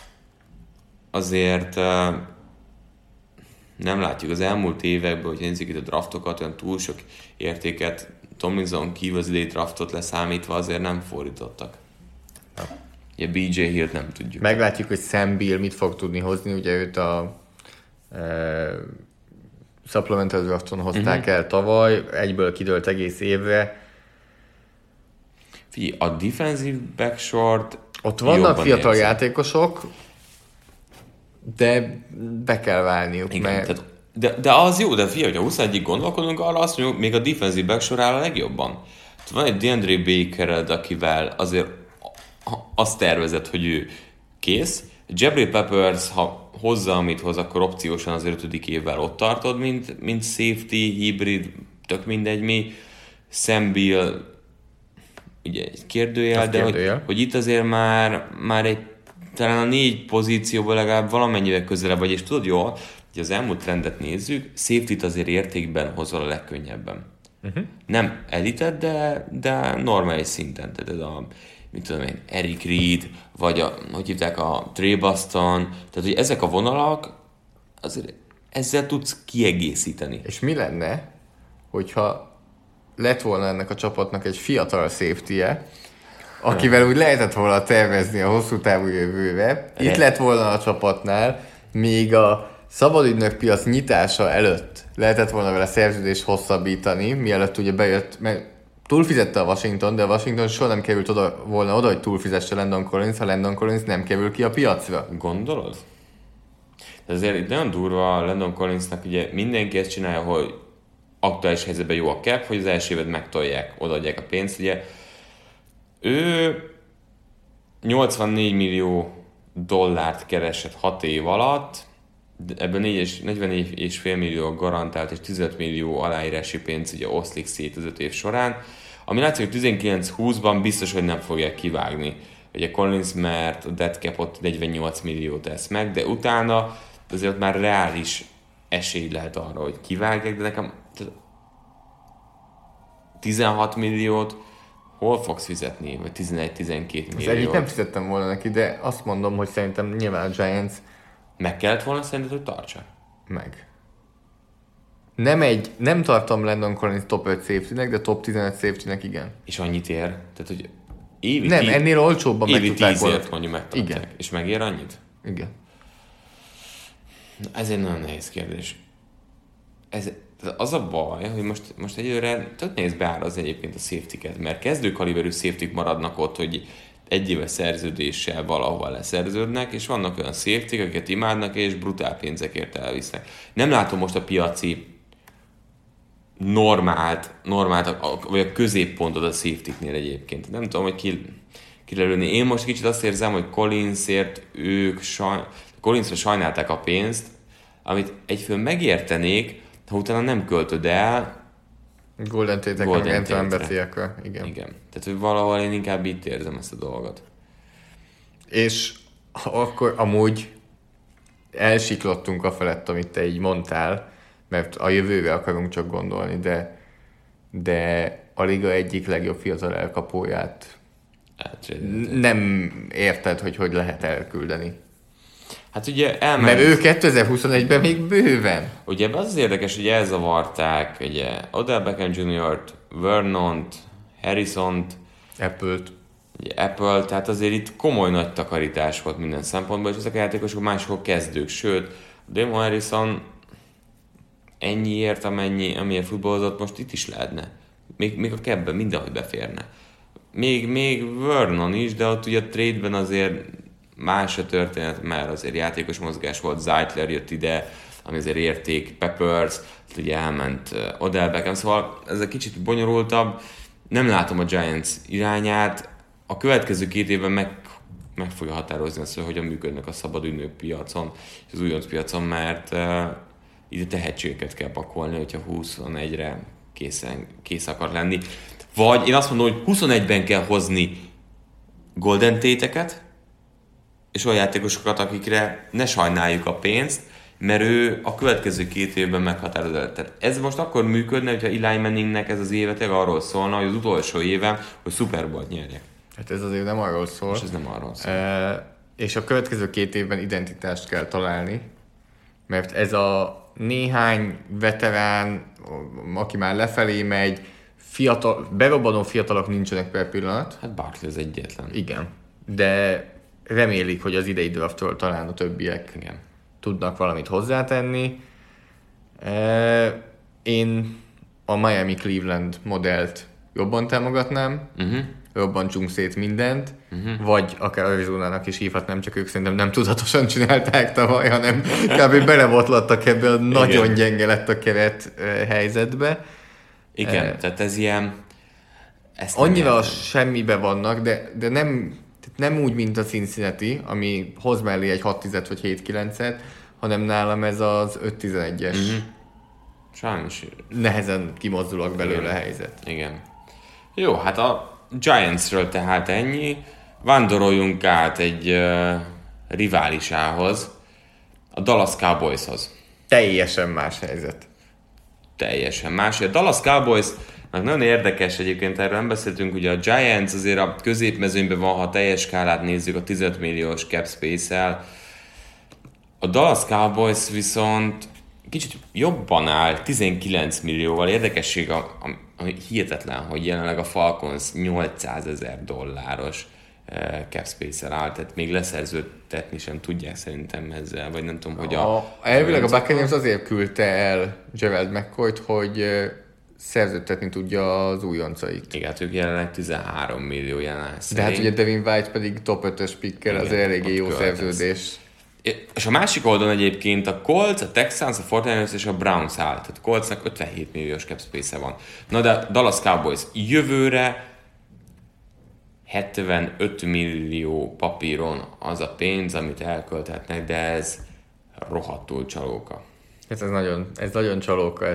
azért nem látjuk az elmúlt években, hogy nézzük itt a draftokat, olyan túl sok értéket Tomlinson kívül az idei draftot leszámítva azért nem fordítottak. Ugye BJ Hill-t nem tudjuk. Meglátjuk, hogy Sam Beal mit fog tudni hozni, ugye őt a supplemental drafton hozták el tavaly, egyből kidőlt egész évre. Figyelj, a defensive backsort ott vannak fiatal játékosok, de be kell válniuk. Igen, mert... de az jó, de figyelj, ha 21-ig gondolkodunk, arra azt mondjuk, még a defensive backsor áll a legjobban. Van egy DeAndre Bakered, akivel azért azt tervezett, hogy ő kész. Jabril Peppers, ha hozza, amit hoz, akkor opciósan az 5. évvel ott tartod, mint safety, hibrid, tök mindegy mi. Sam Beal, ugye egy kérdőjel, de hogy itt azért már egy talán a 4 pozícióban legalább valamennyivel közelebb vagy, és tudod jól, hogy az elmúlt trendet nézzük, safety-t azért értékben hozol a legkönnyebben. Nem elitet, de normális szinten. Tehát mit tudom én, Eric Reed, vagy hogy hívták, a Trey Buston, tehát hogy ezek a vonalak, azért ezzel tudsz kiegészíteni. És mi lenne, hogyha lett volna ennek a csapatnak egy fiatal safety-je, akivel úgy lehetett volna tervezni a hosszú távú jövőre, itt lett volna a csapatnál, még a szabadügynök piac nyitása előtt lehetett volna vele szerződést hosszabbítani, mielőtt ugye bejött, mert túlfizette a Washington, de a Washington soha nem került volna oda, hogy túlfizesse Landon Collins, ha Landon Collins nem kerül ki a piacra. Gondolod? De azért itt nagyon durva Landon Collinsnak, ugye mindenki ezt csinálja, hogy aktuális helyzetben jó a cap, hogy az első évet megtolják, odaadják a pénzt, ugye ő 84 millió dollárt keresett 6 év alatt, ebből 44,5 millió garantált és 15 millió aláírási pénz ugye oszlik szét az 5 év során, ami látszik, hogy 19-20-ban biztos, hogy nem fogják kivágni. Ugye Collins, mert a dead capot 48 milliót tesz meg, de utána azért már reális esély lehet arra, hogy kivágják, de nekem 16 milliót hol fogsz fizetni? Vagy 11-12 milliót? Egyik nem fizettem volna neki, de azt mondom, hogy szerintem nyilván a Giants meg kellett volna szerinted, hogy tartsa? Meg. Nem tartom Landon Collins top 5 safety-nek, de top 15 safety-nek igen. És annyit ér? Tehát, hogy évi nem, ennél olcsóbban meg tudták volna. Évi 10-ért mondjuk megtartják. Igen. És megér annyit? Igen. Ez egy nagyon nehéz kérdés. Az a baj, hogy most egyőre tök nehéz beárazni egyébként a safety-ket, mert kezdőkaliberű safety-k maradnak ott, hogy egy éves szerződéssel valahol leszerződnek, és vannak olyan safety-k, akiket imádnak, és brutál pénzekért elvisznek. Nem látom most a piaci normált vagy a középpontot a safety-knél egyébként. Nem tudom, hogy ki lelőni. Én most kicsit azt érzem, hogy Collinsra sajnálták a pénzt, amit egyfőn megértenék, ha utána nem költöd el, Golden Tate-nek nem beszélek. Igen. Tehát, hogy valahol én inkább itt érzem ezt a dolgot. És akkor amúgy elsiklottunk a felett, amit te így mondtál, mert a jövőre akarunk csak gondolni, de a liga egyik legjobb fiatal elkapóját nem érted, hogy lehet elküldeni. Hát ugye mert ő 2021-ben még bőven. Ugye az érdekes, hogy elzavarták ugye Odell Beckham Jr.-t, Vernont, Harrisont, Apple, tehát azért itt komoly nagy takarítás volt minden szempontból, és ezek a játékosok máshol kezdők, sőt, Damon Harrison ennyiért, amiért futballozott, most itt is lehetne. Még a capben mindenhogy beférne. Még Vernon is, de ott ugye a trade-ben azért más a történet, mert azért játékos mozgás volt, Zeitler jött ide, ami azért érték, Peppers, ugye elment Odell Beckham, szóval ez egy kicsit bonyolultabb. Nem látom a Giants irányát. A következő 2 évben meg fogja határozni azt, hogy hogyan működnek a szabad ügynök piacon és az újonc piacon, mert ide tehetségeket kell pakolni, hogyha 21-re kész akar lenni. Vagy én azt mondom, hogy 21-ben kell hozni Golden Tate-eket, és olyan játékosokat, akikre ne sajnáljuk a pénzt, mert ő a következő 2 évben meghatározza. Tehát ez most akkor működne, hogyha Eli Manningnek ez az éve arról szólna, hogy az utolsó éve, hogy Super Bowl-t nyerjek. Hát ez azért nem arról szól. És ez nem arról szól. És a következő 2 évben identitást kell találni, mert ez a néhány veterán, aki már lefelé megy, berobbanó fiatalok nincsenek per pillanat. Hát Barkley az egyetlen. Igen, de remélik, hogy az idei draftról talán a többiek tudnak valamit hozzátenni. Én a Miami-Cleveland modellt jobban támogatnám, robbantsunk szét mindent, vagy akár Arizonának is hívhatnám, csak ők szerintem nem tudatosan csinálták tavaly, hanem kb. Belebotlattak ebbe a nagyon gyenge lett a keret helyzetbe. Igen, tehát ez ilyen... Annyira semmibe vannak, de nem úgy, mint a Cincinnati, ami hoz mellé egy 6-10-et vagy 7-9-et, hanem nálam ez az 5-11-es. Sajnos. Nehezen kimozdulok belőle a helyzet. Igen. Jó, hát a Giantsről tehát ennyi. Vándoroljunk át egy riválisához, a Dallas Cowboyshoz. Teljesen más helyzet. Teljesen más. A Dallas Cowboys nagyon érdekes egyébként, erről nem beszéltünk, ugye a Giants azért a középmezőnyben van, ha a teljes skálát nézzük, a 15 milliós cap space-el. A Dallas Cowboys viszont kicsit jobban áll, 19 millióval. Érdekesség, ami hihetetlen, hogy jelenleg a Falcons $800,000 cap space-el áll, tehát még leszerződtetni sem tudják szerintem ezzel, vagy nem tudom, hogy elvileg a Buccaneers azért küldte el Gerald McCoyt, hogy szerződtetni tudja az újoncait. Igen, ők jelenleg 13 millió jelen. De hát ugye Devin White pedig top 5-ös pickkel, az eléggé jó szerződés. És a másik oldalon egyébként a Colts, a Texans, a 49ers és a Browns áll. Tehát a Coltsnak 57 milliós cap space-e van. Na de Dallas Cowboys jövőre 75 millió papíron az a pénz, amit elkölthetnek, de ez rohadtul csalóka. Ez nagyon csalóka,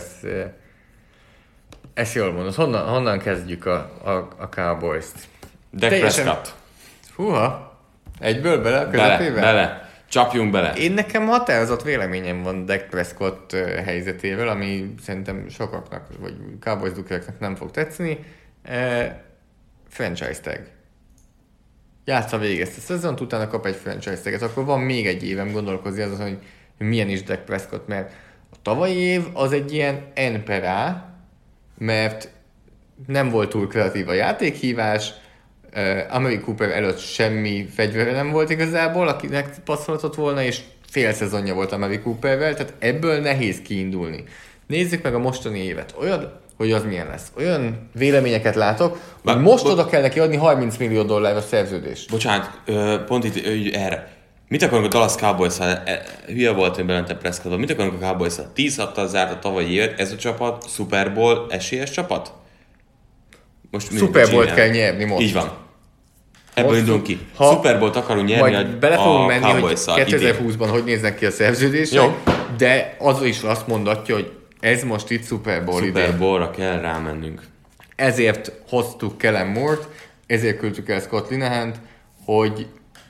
ezt jól mondod. Honnan kezdjük a Cowboys-t? Dak Prescott. Húha! Egyből bele a közepébe? Bele. Csapjunk bele. Én nekem határozott véleményem van Dak Prescott helyzetével, ami szerintem sokaknak, vagy Cowboys dukereknek nem fog tetszeni. Franchise tag. Játsza végig ezt a szezont, utána kap egy franchise taget, akkor van még egy évem gondolkozni azon, hogy milyen is Dak Prescott, mert a tavalyi év az egy ilyen N/A, mert nem volt túl kreatív a játékhívás, Amari Cooper előtt semmi fegyvere nem volt igazából, akinek passzolhatott volna, és fél szezonja volt Amari Coopervel, tehát ebből nehéz kiindulni. Nézzük meg a mostani évet. Olyan, hogy az milyen lesz. Olyan véleményeket látok, hogy most oda kell neki adni $30 millió a szerződést. Bocsánat, pont itt erre. Mit akarunk a Dallas Cowboys-szal? Hülye volt, hogy belentem Prescottot. Mit akarunk a Cowboys-szal? 10-6-tal zárt a tavalyi évet. Ez a csapat Super Bowl esélyes csapat? Most Super Bowl-t kell nyerni most. Így van. Ebből indulunk ki. Super Bowl-t akarunk nyerni majd bele fogunk menni, hogy 2020-ban hogy néznek ki a szerződések, de az is azt mondatja, hogy ez most itt Super Bowl idő. Super Bowl-ra kell rámennünk. Ezért hoztuk Kellen Moore-t, ezért küldtük el Scott Linehant, hogy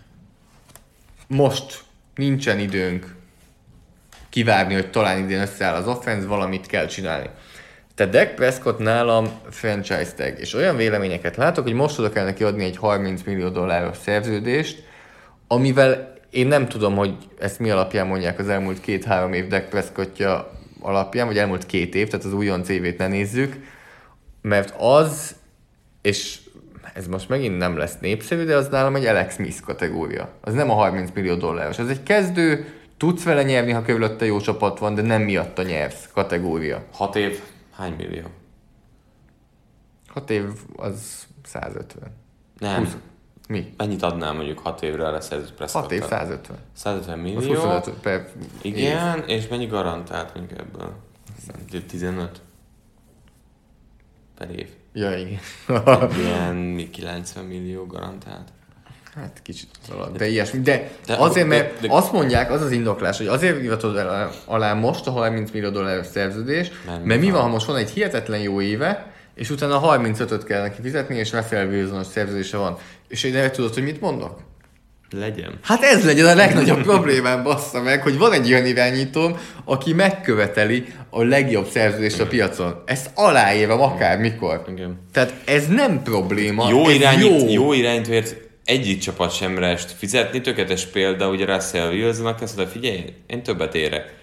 most nincsen időnk kivárni, hogy talán idén összeáll az offense, valamit kell csinálni. Tehát Dak Prescott nálam franchise tag, és olyan véleményeket látok, hogy most oda kell neki adni egy $30 millió szerződést, amivel én nem tudom, hogy ezt mi alapján mondják az elmúlt 2-3 év Dak Prescottja alapján, vagy elmúlt 2 év, tehát az újonc évét ne nézzük, mert az, és ez most megint nem lesz népszerű, de az nálam egy Alex Smith kategória. Az nem a $30 millió. Az egy kezdő, tudsz vele nyerni, ha körülötte jó csapat van, de nem miatta nyersz kategória. 6 év, hány millió? 6 év az 150. Nem. 20. Mi? Mennyit adnál mondjuk 6 évre a leszerzőt Prescott? 6 év 150. 150 millió. Az 25 per igen, év. és mennyi garantált mondjuk ebből? 15 per év. Ja, igen. Ilyen 90 millió garantált. Hát kicsit alatt, de ilyesmi. De azért, mert azt mondják, az az indoklás, hogy azért iratod alá most a $30 millió szerződés, mert mi van, ha most van egy hihetetlen jó éve, és utána 35-öt kell neki fizetni, és Russell Wilson-os szerződése van. És én erre tudod, hogy mit mondok? Legyen. Hát ez legyen a legnagyobb problémám, bassza meg, hogy van egy olyan irányítóm, aki megköveteli a legjobb szerződést a piacon. Ezt aláírem akármikor. Igen. Tehát ez nem probléma, Jó irányítóért egyik csapat sem rest fizetni. Tökéletes példa, ugye Russell Wilsonnak azt mondta, figyelj, én többet érek.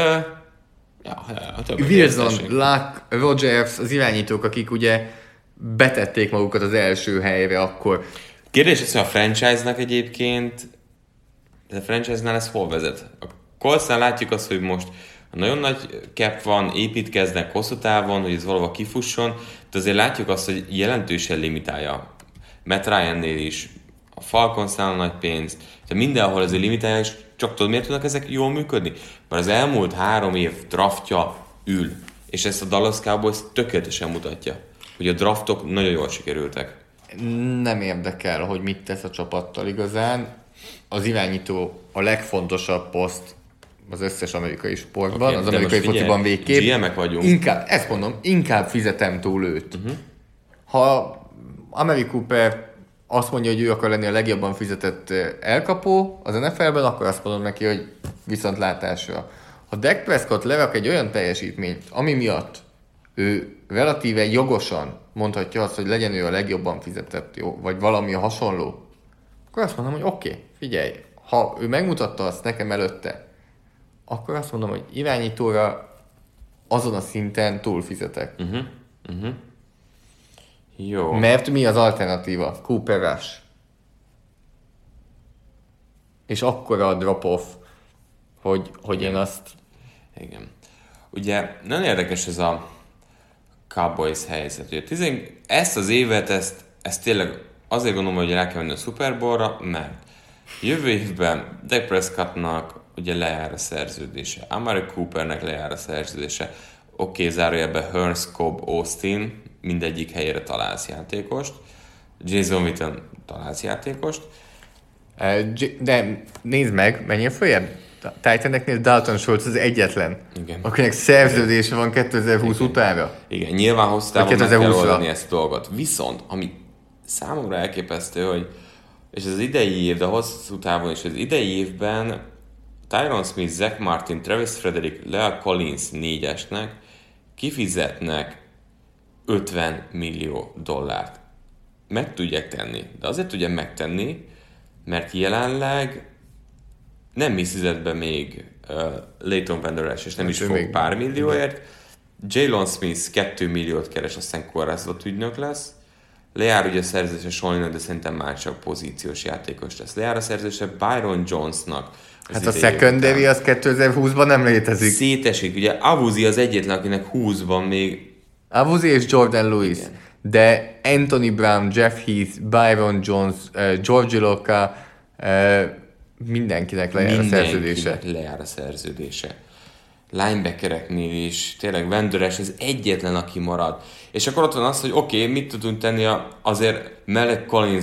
Wilson, Luck, Rodgers, az irányítók, akik ugye betették magukat az első helyre akkor. Kérdés az, hogy a franchise-nak egyébként, a franchise-nál ez hol vezet? A Coltsnál látjuk azt, hogy most nagyon nagy cap van, építkeznek hosszú távon, hogy ez valahol kifusson, de azért látjuk azt, hogy jelentősen limitálja. Matt Ryannél is, a Falconsnál a nagy pénzt, tehát mindenhol azért limitálja, és csak tudod, miért tudnak ezek jól működni? Mert az elmúlt 3 év draftja ül, és ezt a Dallas Cowboys tökéletesen mutatja, hogy a draftok nagyon jól sikerültek. Nem érdekel, hogy mit tesz a csapattal igazán. Az irányító a legfontosabb poszt az összes amerikai sportban, az amerikai fociban végképp. GM-ek vagyunk. Ezt mondom, inkább fizetem túl őt. Ha Amari Cooper azt mondja, hogy ő akar lenni a legjobban fizetett elkapó az NFL-ben, akkor azt mondom neki, hogy viszontlátásra. Ha Dak Prescott lerak egy olyan teljesítményt, ami miatt ő relatíve jogosan mondhatja azt, hogy legyen ő a legjobban fizetett, jó, vagy valami hasonló, akkor azt mondom, hogy oké, figyelj, ha ő megmutatta azt nekem előtte, akkor azt mondom, hogy irányítóra azon a szinten túlfizetek. Jó. Mert mi az alternatíva? Cooper Rush. És akkora a drop-off, hogy én azt... Igen. Ugye nagyon érdekes ez a Cowboys helyzet. Ugye ezt az évet, ezt tényleg azért gondolom, hogy rá kell venni a Super Bowl-ra, mert jövő évben Dak Prescottnak ugye lejár a szerződése, Amari Coopernek lejár a szerződése, oké, zárójelben Hurns, Cobb, Austin, mindegyik helyére találsz játékost, Jason Witten találsz játékost. De nézd meg, menjél följebb. Titaneknél Dalton Schultz az egyetlen, igen, akinek szerződése van 2020 utánra. Igen, nyilván hosszú távon meg kell oldani ezt a dolgot. Viszont, ami számomra elképesztő, hogy és az idei év, de hosszú távon is az idei évben Tyron Smith, Zach Martin, Travis Frederick, Lea Collins 4-esnek kifizetnek $50 millió. Meg tudják tenni. De azért tudják megtenni, mert jelenleg nem fizet be még Leighton Vander Esch, és nem is fog pár millióért. Jalen Smith 2 milliót keres, aztán korlátozott ügynök lesz. Lejár ugye a szerződése Solina, de szerintem már csak pozíciós játékos lesz. Lejár a szerződése Byron Jonesnak. Hát a secondary az 2020-ban nem létezik. Szétesik. Ugye Awuzie az egyetlen, akinek 20-ban még... Awuzie és Jordan Lewis. Igen. De Anthony Brown, Jeff Heath, Byron Jones, George Loka, mindenkinek lejár a szerződése. Lejár a szerződése. Linebackereknél is, tényleg Vander Esch az egyetlen, aki marad. És akkor ott van az, hogy oké, mit tudunk tenni azért Malek Collins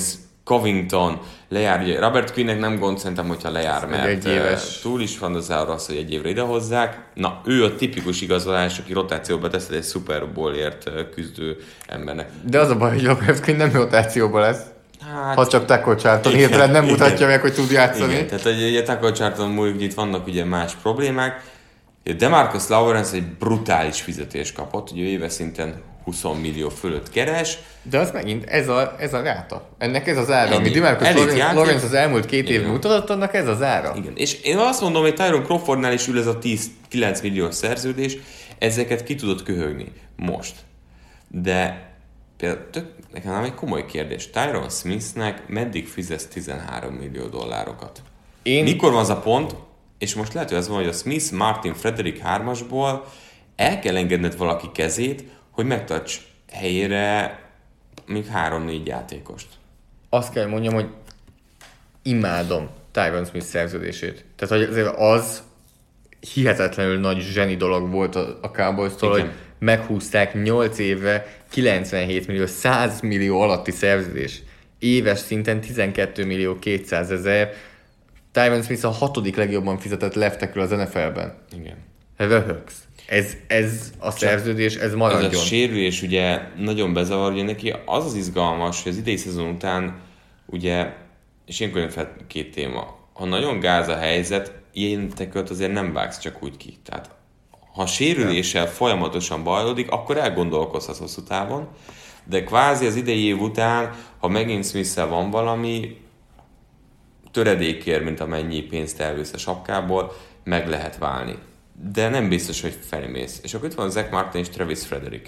Covington lejár, ugye Robert Quinnnek nem gond szerintem, hogyha lejár, mert túl is van az az, hogy egy évre idehozzák. Na, ő a tipikus igazolás, aki rotációba teszed egy Super Bowl-ért küzdő embernek. De az a baj, hogy Robert Quinn nem rotációba lesz. Hát, ha csak Taco Charlton hirtelen nem mutatja meg, hogy tud játszani. Igen, tehát ugye Taco Charlton múlik, itt vannak ugye más problémák. DeMarcus Lawrence egy brutális fizetést kapott, ugye éves szinten 20 millió fölött keres. De az megint, ez a ráta. Ennek ez az ára, ami DeMarcus Lawrence az elmúlt 2 évben mutatott, annak ez az ára. Igen, és én azt mondom, hogy Tyrone Crawfordnál is ül ez a 10-9 milliós szerződés, ezeket ki tudod köhögni most. De például nekem nem egy komoly kérdés. Tyron Smithnek meddig fizetsz 13 millió dollárokat? Mikor van az a pont, és most lehet, hogy az van, hogy a Smith, Martin, Frederick 3-asból el kell engedned valaki kezét, hogy megtarts helyére még 3-4 játékost. Azt kell mondjam, hogy imádom Tyron Smith szerződését. Tehát hogy azért az hihetetlenül nagy zseni dolog volt a Cowboys-tól, hogy meghúzták 8 évre 97 millió, 100 millió alatti szerződés. Éves szinten 12 millió 200 000. Tyron Smith a 6. legjobban fizetett left tackle az NFL-ben. Igen. Röhögsz. Ez a szerződés, ez maradjon. Ez a sérülés ugye nagyon bezavar, ugye neki az az izgalmas, hogy az idei szezon után ugye, és ilyenkor jön fel 2 téma. Ha nagyon gáz a helyzet, ilyen tackle-t azért nem vágsz csak úgy ki. Tehát ha sérüléssel folyamatosan bajlódik, akkor elgondolkozhatsz hosszú távon, de kvázi az idei év után, ha megint Smith-szel van valami, töredékért, mint amennyi pénzt elvesz a sapkából, meg lehet válni. De nem biztos, hogy felmész. És akkor itt van Zach Martin és Travis Frederick.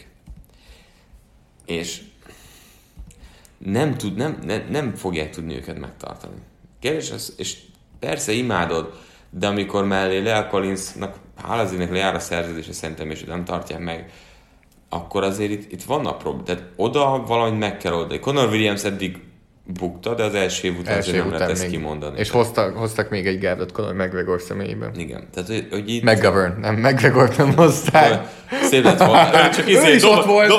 És nem fogják tudni őket megtartani. Kérdés az, és persze imádod, de amikor mellé Lea Collinsnak, Hálazének lejár a szerződése, szerintem, és nem tartják meg, akkor azért itt vannak problémák. Tehát oda valamit meg kell oldani. Connor Williams eddig bukta, de az első év után nem lehet ezt kimondani. És hoztak még egy gárdot Conor McGregor személyében. Igen. Tehát, hogy itt... McGovern, nem McGregort nem hozták. Szép lett volna. Csak ő is ott volt.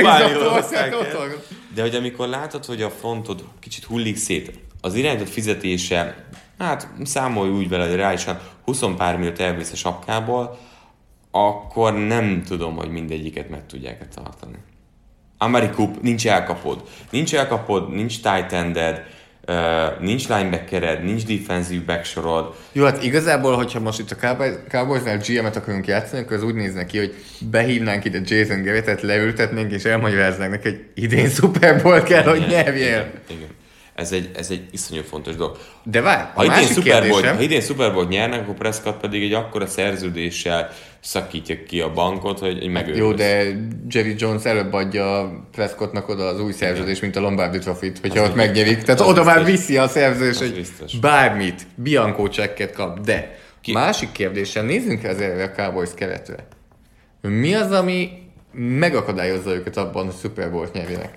De hogy amikor látod, hogy a frontod kicsit hullik szét, az irányított fizetése, hát számolj úgy vele, hogy reálisan 20 pár milliót elvész a sapkából, akkor nem tudom, hogy mindegyiket meg tudják tartani. Amari Coop, nincs elkapod, nincs tight ended, nincs linebackered, nincs defensive backsorod. Jó, hát igazából, hogyha most itt a Cowboysnál GM-et akarunk játszani, akkor az úgy néz neki, hogy behívnánk ide Jason Garrettet, leültetnénk és elmagyaráznánk neki, hogy idén Super Bowl kell, hogy nyerjél. Igen. Ez egy iszonyú fontos dolog. De várj, a másik kérdésem... Ha idén Super Bowl nyernek, akkor Prescott pedig egy akkora szerződéssel szakítja ki a bankot, hogy megőrülsz. Jó, de Jerry Jones előbb adja Prescottnak oda az új szerződés, mint a Lombardi Trophy-t, hogyha ott megnyerik. Tehát oda már viszi a szerződés, hogy bármit, Bianco csekket kap. De másik kérdésem, nézzünk ezzel a Cowboys keretre. Mi az, ami megakadályozza őket abban, hogy Super Bowl-t nyerjenek?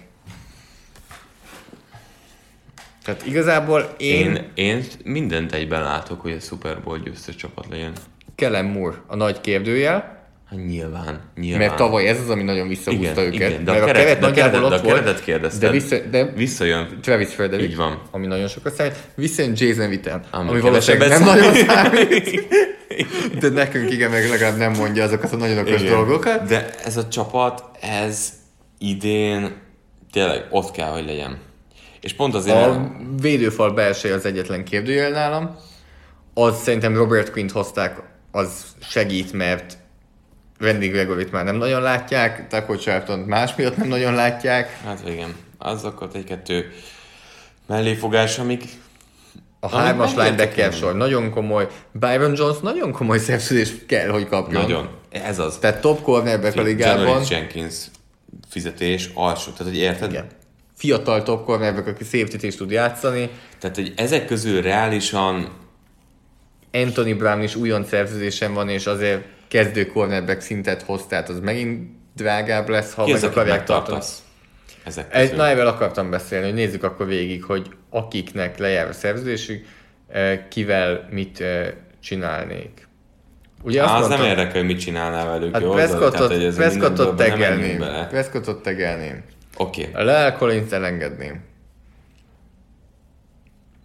Tehát igazából én mindent egyben látok, hogy a Super Bowl győztes csapat legyen. Kellen Moore a nagy kérdőjel. Hát nyilván. Mert tavaly ez az, ami nagyon visszahúzta őket. Igen, de mert a keretet kérdezted. De visszajön. Travis Frederick, így van. Ami nagyon sokat számít. Visszajön Jason Witten, ami valószínűleg nem nagyon számít. De nekünk igen, meg legalább nem mondja azokat a nagyon okos dolgokat. De ez a csapat, ez idén tényleg ott kell, hogy legyen. És pont azért... A védőfal belseje az egyetlen kérdőjel nálam. Az szerintem Robert Quint hozták, az segít, mert Randy Gregoryt már nem nagyon látják, Taco Charltont más miatt nem nagyon látják. Hát igen, azokat egy-kettő melléfogás, amik... A 3-as linebacker sor nagyon komoly. Byron Jones nagyon komoly szerződést kell, hogy kapjon. Nagyon. Ez az. Tehát top cornerback a ligában. Janoris Jenkins fizetés alsó. Tehát, hogy érted? Igen. Fiatal top cornerback, aki safety-t is tud játszani. Tehát, hogy ezek közül reálisan... Anthony Brown is újon szerződésen van, és azért kezdő cornerback szintet hoz, tehát az megint drágább lesz, ha meg akarják tartani. Na, ezzel akartam beszélni, hogy nézzük akkor végig, hogy akiknek lejár a szerződésük, kivel mit csinálnék. Ugye azt mondtam, nem érdekel, hogy mit csinálnál velük. Hát Prescottot tegelném. Oké. Okay. A Lea Collins elengedném. Oké. Okay. Oké. Okay. Oké. Okay. Oké. Okay. Oké. Okay. Oké. Okay. Oké. Okay. Oké. Okay. Oké. Okay. Oké. Okay. Oké. Okay. Oké. Okay. Oké. Okay. Oké. Okay. Oké. Okay. Collins elengedném.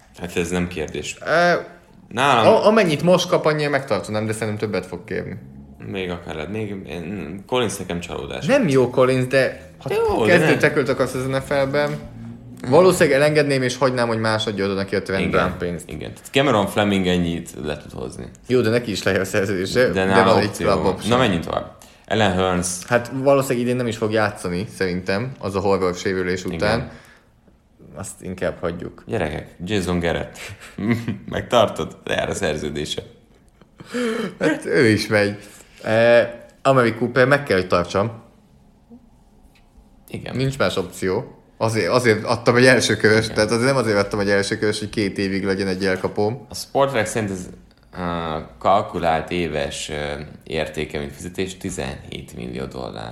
Hát ez nem kérdés. Nálam... Amennyit most kap, annyira megtartanám, de szerintem többet fog kérni. Még akár lehet. Collins nekem csalódás. Nem jó Collins, de ha kezdő tackle-t akarsz az NFL-ben, valószínűleg elengedném és hagynám, hogy más adja oda neki a Trent Brown pénzt. Igen. Cameron Fleming ennyit le tud hozni. Jó, de neki is lejön a szerződése. De van egy club option. Na menjünk tovább. Ellen Hearns. Hát valószínűleg idén nem is fog játszani, szerintem, az a Horvath sérülés után. Igen. Azt inkább hagyjuk. Gyerekek, Jason Garrett. Megtartod? Lejár a szerződése. Hát ő is megy. Amari Cooper meg kell, hogy tartsam. Igen. Nincs más opció. Azért adtam egy elsőkörös, tehát azért nem azért adtam egy elsőkörös, hogy 2 évig legyen egy elkapóm. A Sportrack szerint ez kalkulált éves értéke, mint fizetés, $17 millió.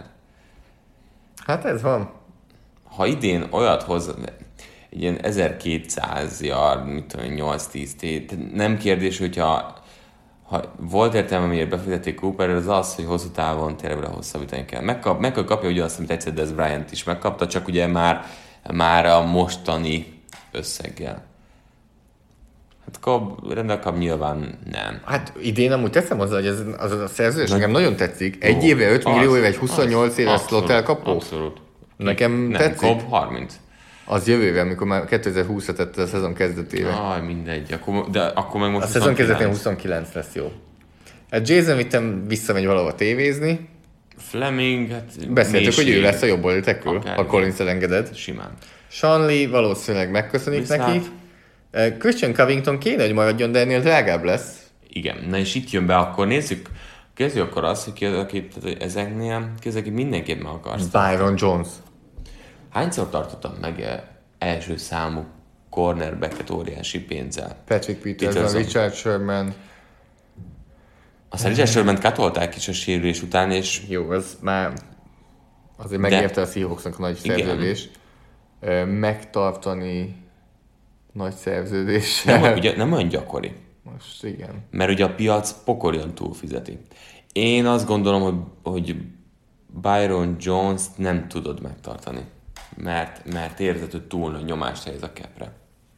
Hát ez van. Ha idén olyat hoz, egy ilyen 1200 yard, mit tudom, 8-10 tét, nem kérdés, hogyha volt értelme, amiért befizették Cooper, az, hogy hosszú távon tényleg vele hosszabbítani kell. Meg kell kapja ugyanazt, amit egyszer Dez Bryant is megkapta, csak ugye már a mostani összeggel. Hát rendben kap nyilván nem. Hát idén amúgy teszem hozzá, hogy az a szerződés nekem nagyon tetszik. Egy éve 5 millió év, egy 28 éves slot elkapó. Abszolút. Nekem tetszik. Cobb 30. Az jövővel, amikor már 2020-ra tette a szezon kezdetére. Mindegy. De akkor meg most a szezon kezdetén 29 lesz jó. Hát Jason Witten visszamegy valahova tévézni. Fleming, hát... Beszéltük, hogy ő lesz a jobb oldali tackle, ha Collins elengeded. Simán. Sean Lee valószínűleg megköszönik neki. Christian Covington kéne, hogy maradjon, de ennél drágább lesz. Igen, na és itt jön be, akkor kezdjük akkor azt, hogy ezeknél mindenképp meg akarsz. Byron Jones. Hányszor tartottam meg első számú cornerbacket óriási pénzzel? Patrick Peterson, Richard Sherman. Aztán Richard Sherman katolták is a sérülés után, és... Jó, ez már azért megérte a Seahawksnak a nagy szerződés. Megtartani nagy szerződéssel. Nem olyan gyakori. Most igen. Mert ugye a piac pokolian túlfizeti. Én azt gondolom, hogy Byron Jones-t nem tudod megtartani. Mert érzed, hogy túl nagy nyomást helyez a capre.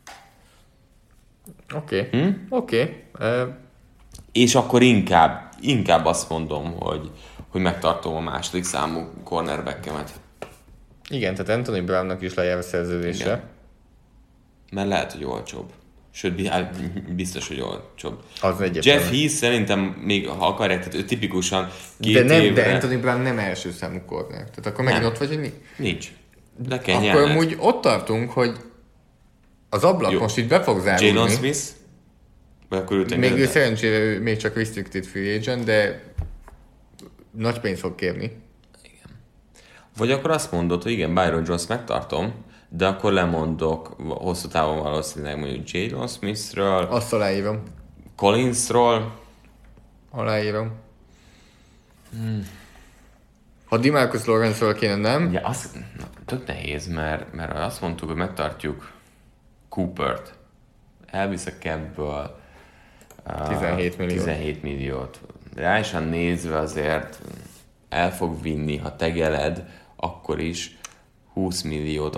Oké. És akkor inkább azt mondom, hogy megtartom a második számú cornerbackemet. Igen, tehát Anthony Brownnak is lejár a szerződése. Igen. Mert lehet, hogy olcsóbb. Sőt, biztos, hogy olcsóbb. Az egyébként. Jeff Heath szerintem még, ha akarják, tehát ő tipikusan 2 évre... De Anthony Brown nem első számú corner. Tehát akkor megint ott vagy, hogy nincs. Le kell akkor amúgy ott tartunk, hogy az ablak most így be fog zárulni. Jalen Smith? Még ő szerencsére még csak restricted free agent, de nagy pénzt fog kérni. Igen. Vagy akkor azt mondod, hogy igen, Byron Jones megtartom, de akkor lemondok hosszú távon valószínűleg mondjuk Jalen Smithről. Azt aláírom. Collinsról. Aláírom. Ha DeMarcus Lawrence-ről kéne, nem? Ja, az tök nehéz, mert azt mondtuk, hogy megtartjuk Coopert. Elvisz a capből 17 milliót. Reálisan nézve azért el fog vinni, ha tegeled, akkor is 20 milliót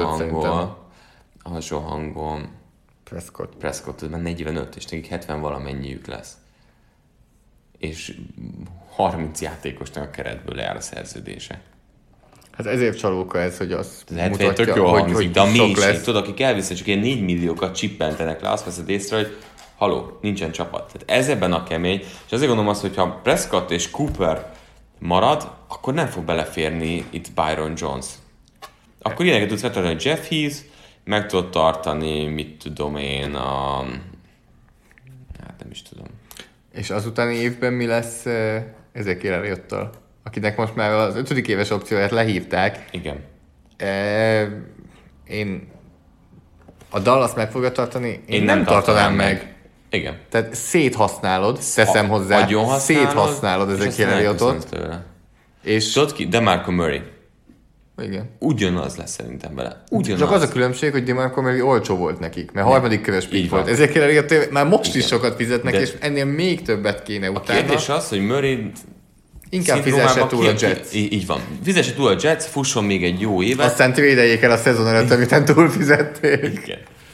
alsó hangon. Prescott, ez már 45, és nekik 70 valamennyiük lesz. És 30 játékosnak a keretből lejár a szerződése. Hát ezért csalóka ez, hogy azt mutatja, tök jól hangzik, de a mélység, tudod, akik elvisznek, csak ilyen 4 milliókat csippentenek le, azt veszed észre, hogy haló, nincsen csapat. Tehát ez ebben a kemény, és azért gondolom azt, hogy ha Prescott és Cooper marad, akkor nem fog beleférni itt Byron Jones. Akkor ilyeneket tudsz megtartani, hogy Jeff Heath, meg tudod tartani, mit tudom én, hát nem is tudom. És az utáni évben mi lesz Ezekiel Elliott-tal? Akinek most már az 5. éves opcióját lehívták. Igen. Én a Dallas meg fogja tartani, én nem tartanám meg. Igen. Tehát széthasználod, teszem hozzá, széthasználod Ezekiel Elliottot. És tudod ki? DeMarco Murray. Igen. Ugyanaz lesz szerintem vele. Csak az a különbség, hogy DeMarco Murray olcsó volt nekik, mert harmadik körös pick volt. Ezekiel Elliott már most is sokat fizetnek, és ennél még többet kéne utána. A kérdés az, hogy Murray inkább fizesse túl a Jets. Így van. Fizesse túl a Jets, fusson még egy jó évet. Aztán trade-eljék el a szezon előtt, amit túl fizették. Igen.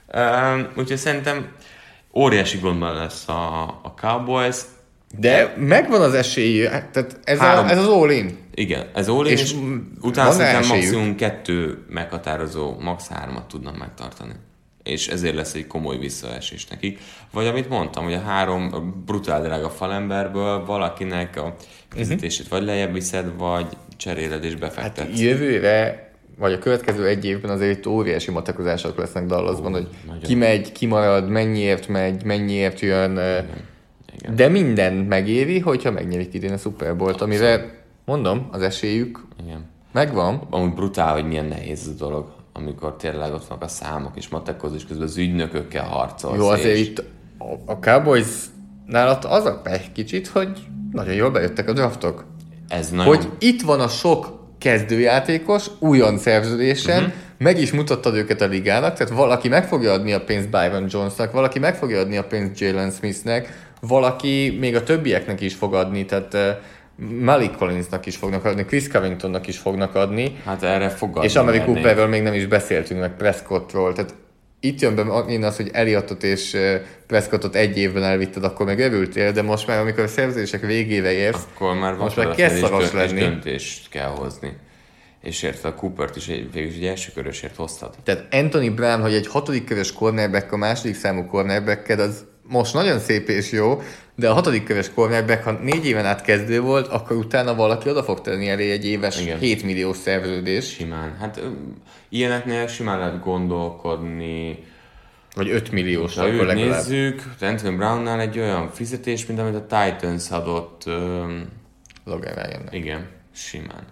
Úgyhogy szerintem óriási gondban lesz a Cowboys. De megvan az esély, tehát ez az all-in. Igen, ez all-in, és utána szerintem maximum 2 meghatározó, max. 3-at tudnak megtartani. És ezért lesz egy komoly visszaesés nekik. Vagy amit mondtam, hogy a 3 brutál drága falemberből valakinek a fizetését vagy lejjebb viszed, vagy cseréled és befektetsz. Hát jövőre, vagy a következő 1 évben azért itt óriási matekozások lesznek Dallasban, hogy ki megy, ki marad, mennyiért megy, mennyiért jön. Igen. De minden megéri, hogyha megnyerik idén a Super Bowl-t, amire mondom, az esélyük megvan. Amúgy brutál, hogy milyen nehéz ez a dolog, amikor tényleg ott vannak a számok, és matekozás közben az ügynökökkel harcolsz. Jó, azért itt a Cowboys-nál az a pech kicsit, hogy nagyon jól bejöttek a draftok. Ez nagyon... Hogy itt van a sok kezdőjátékos, újon szerződésen, meg is mutattad őket a ligának, tehát valaki meg fogja adni a pénzt Byron Jonesnak, valaki meg fogja adni a pénzt Jalen Smithnek, valaki még a többieknek is fog adni, tehát Malik Collinsnak is fognak adni, Chris Covingtonnak is fognak adni. Hát erre fog adni. És Amari Cooperről még nem is beszéltünk, meg Prescottról, tehát itt jön be én az, hogy Elliotot és Prescottot 1 évben elvitted, akkor meg örültél, de most már, amikor a szerződések végébe érsz, akkor már most már kezd szaros lenni. Döntést kell hozni. És érte a Coopert is végül egy első körösért hoztad. Tehát Anthony Brown, hogy egy 6. körös cornerback a 2. számú cornerbacked, az most nagyon szép és jó, de a 6. körös cornerback, ha 4 éven át kezdő volt, akkor utána valaki oda fog tenni elé egy éves 7 milliós szerződés. Simán. Hát ilyeneknél simán lehet gondolkodni. Vagy 5 milliós. Ha őt nézzük, Anthony Brownnál egy olyan fizetés, mint amit a Titans adott Logan Ryannek. Igen, simán.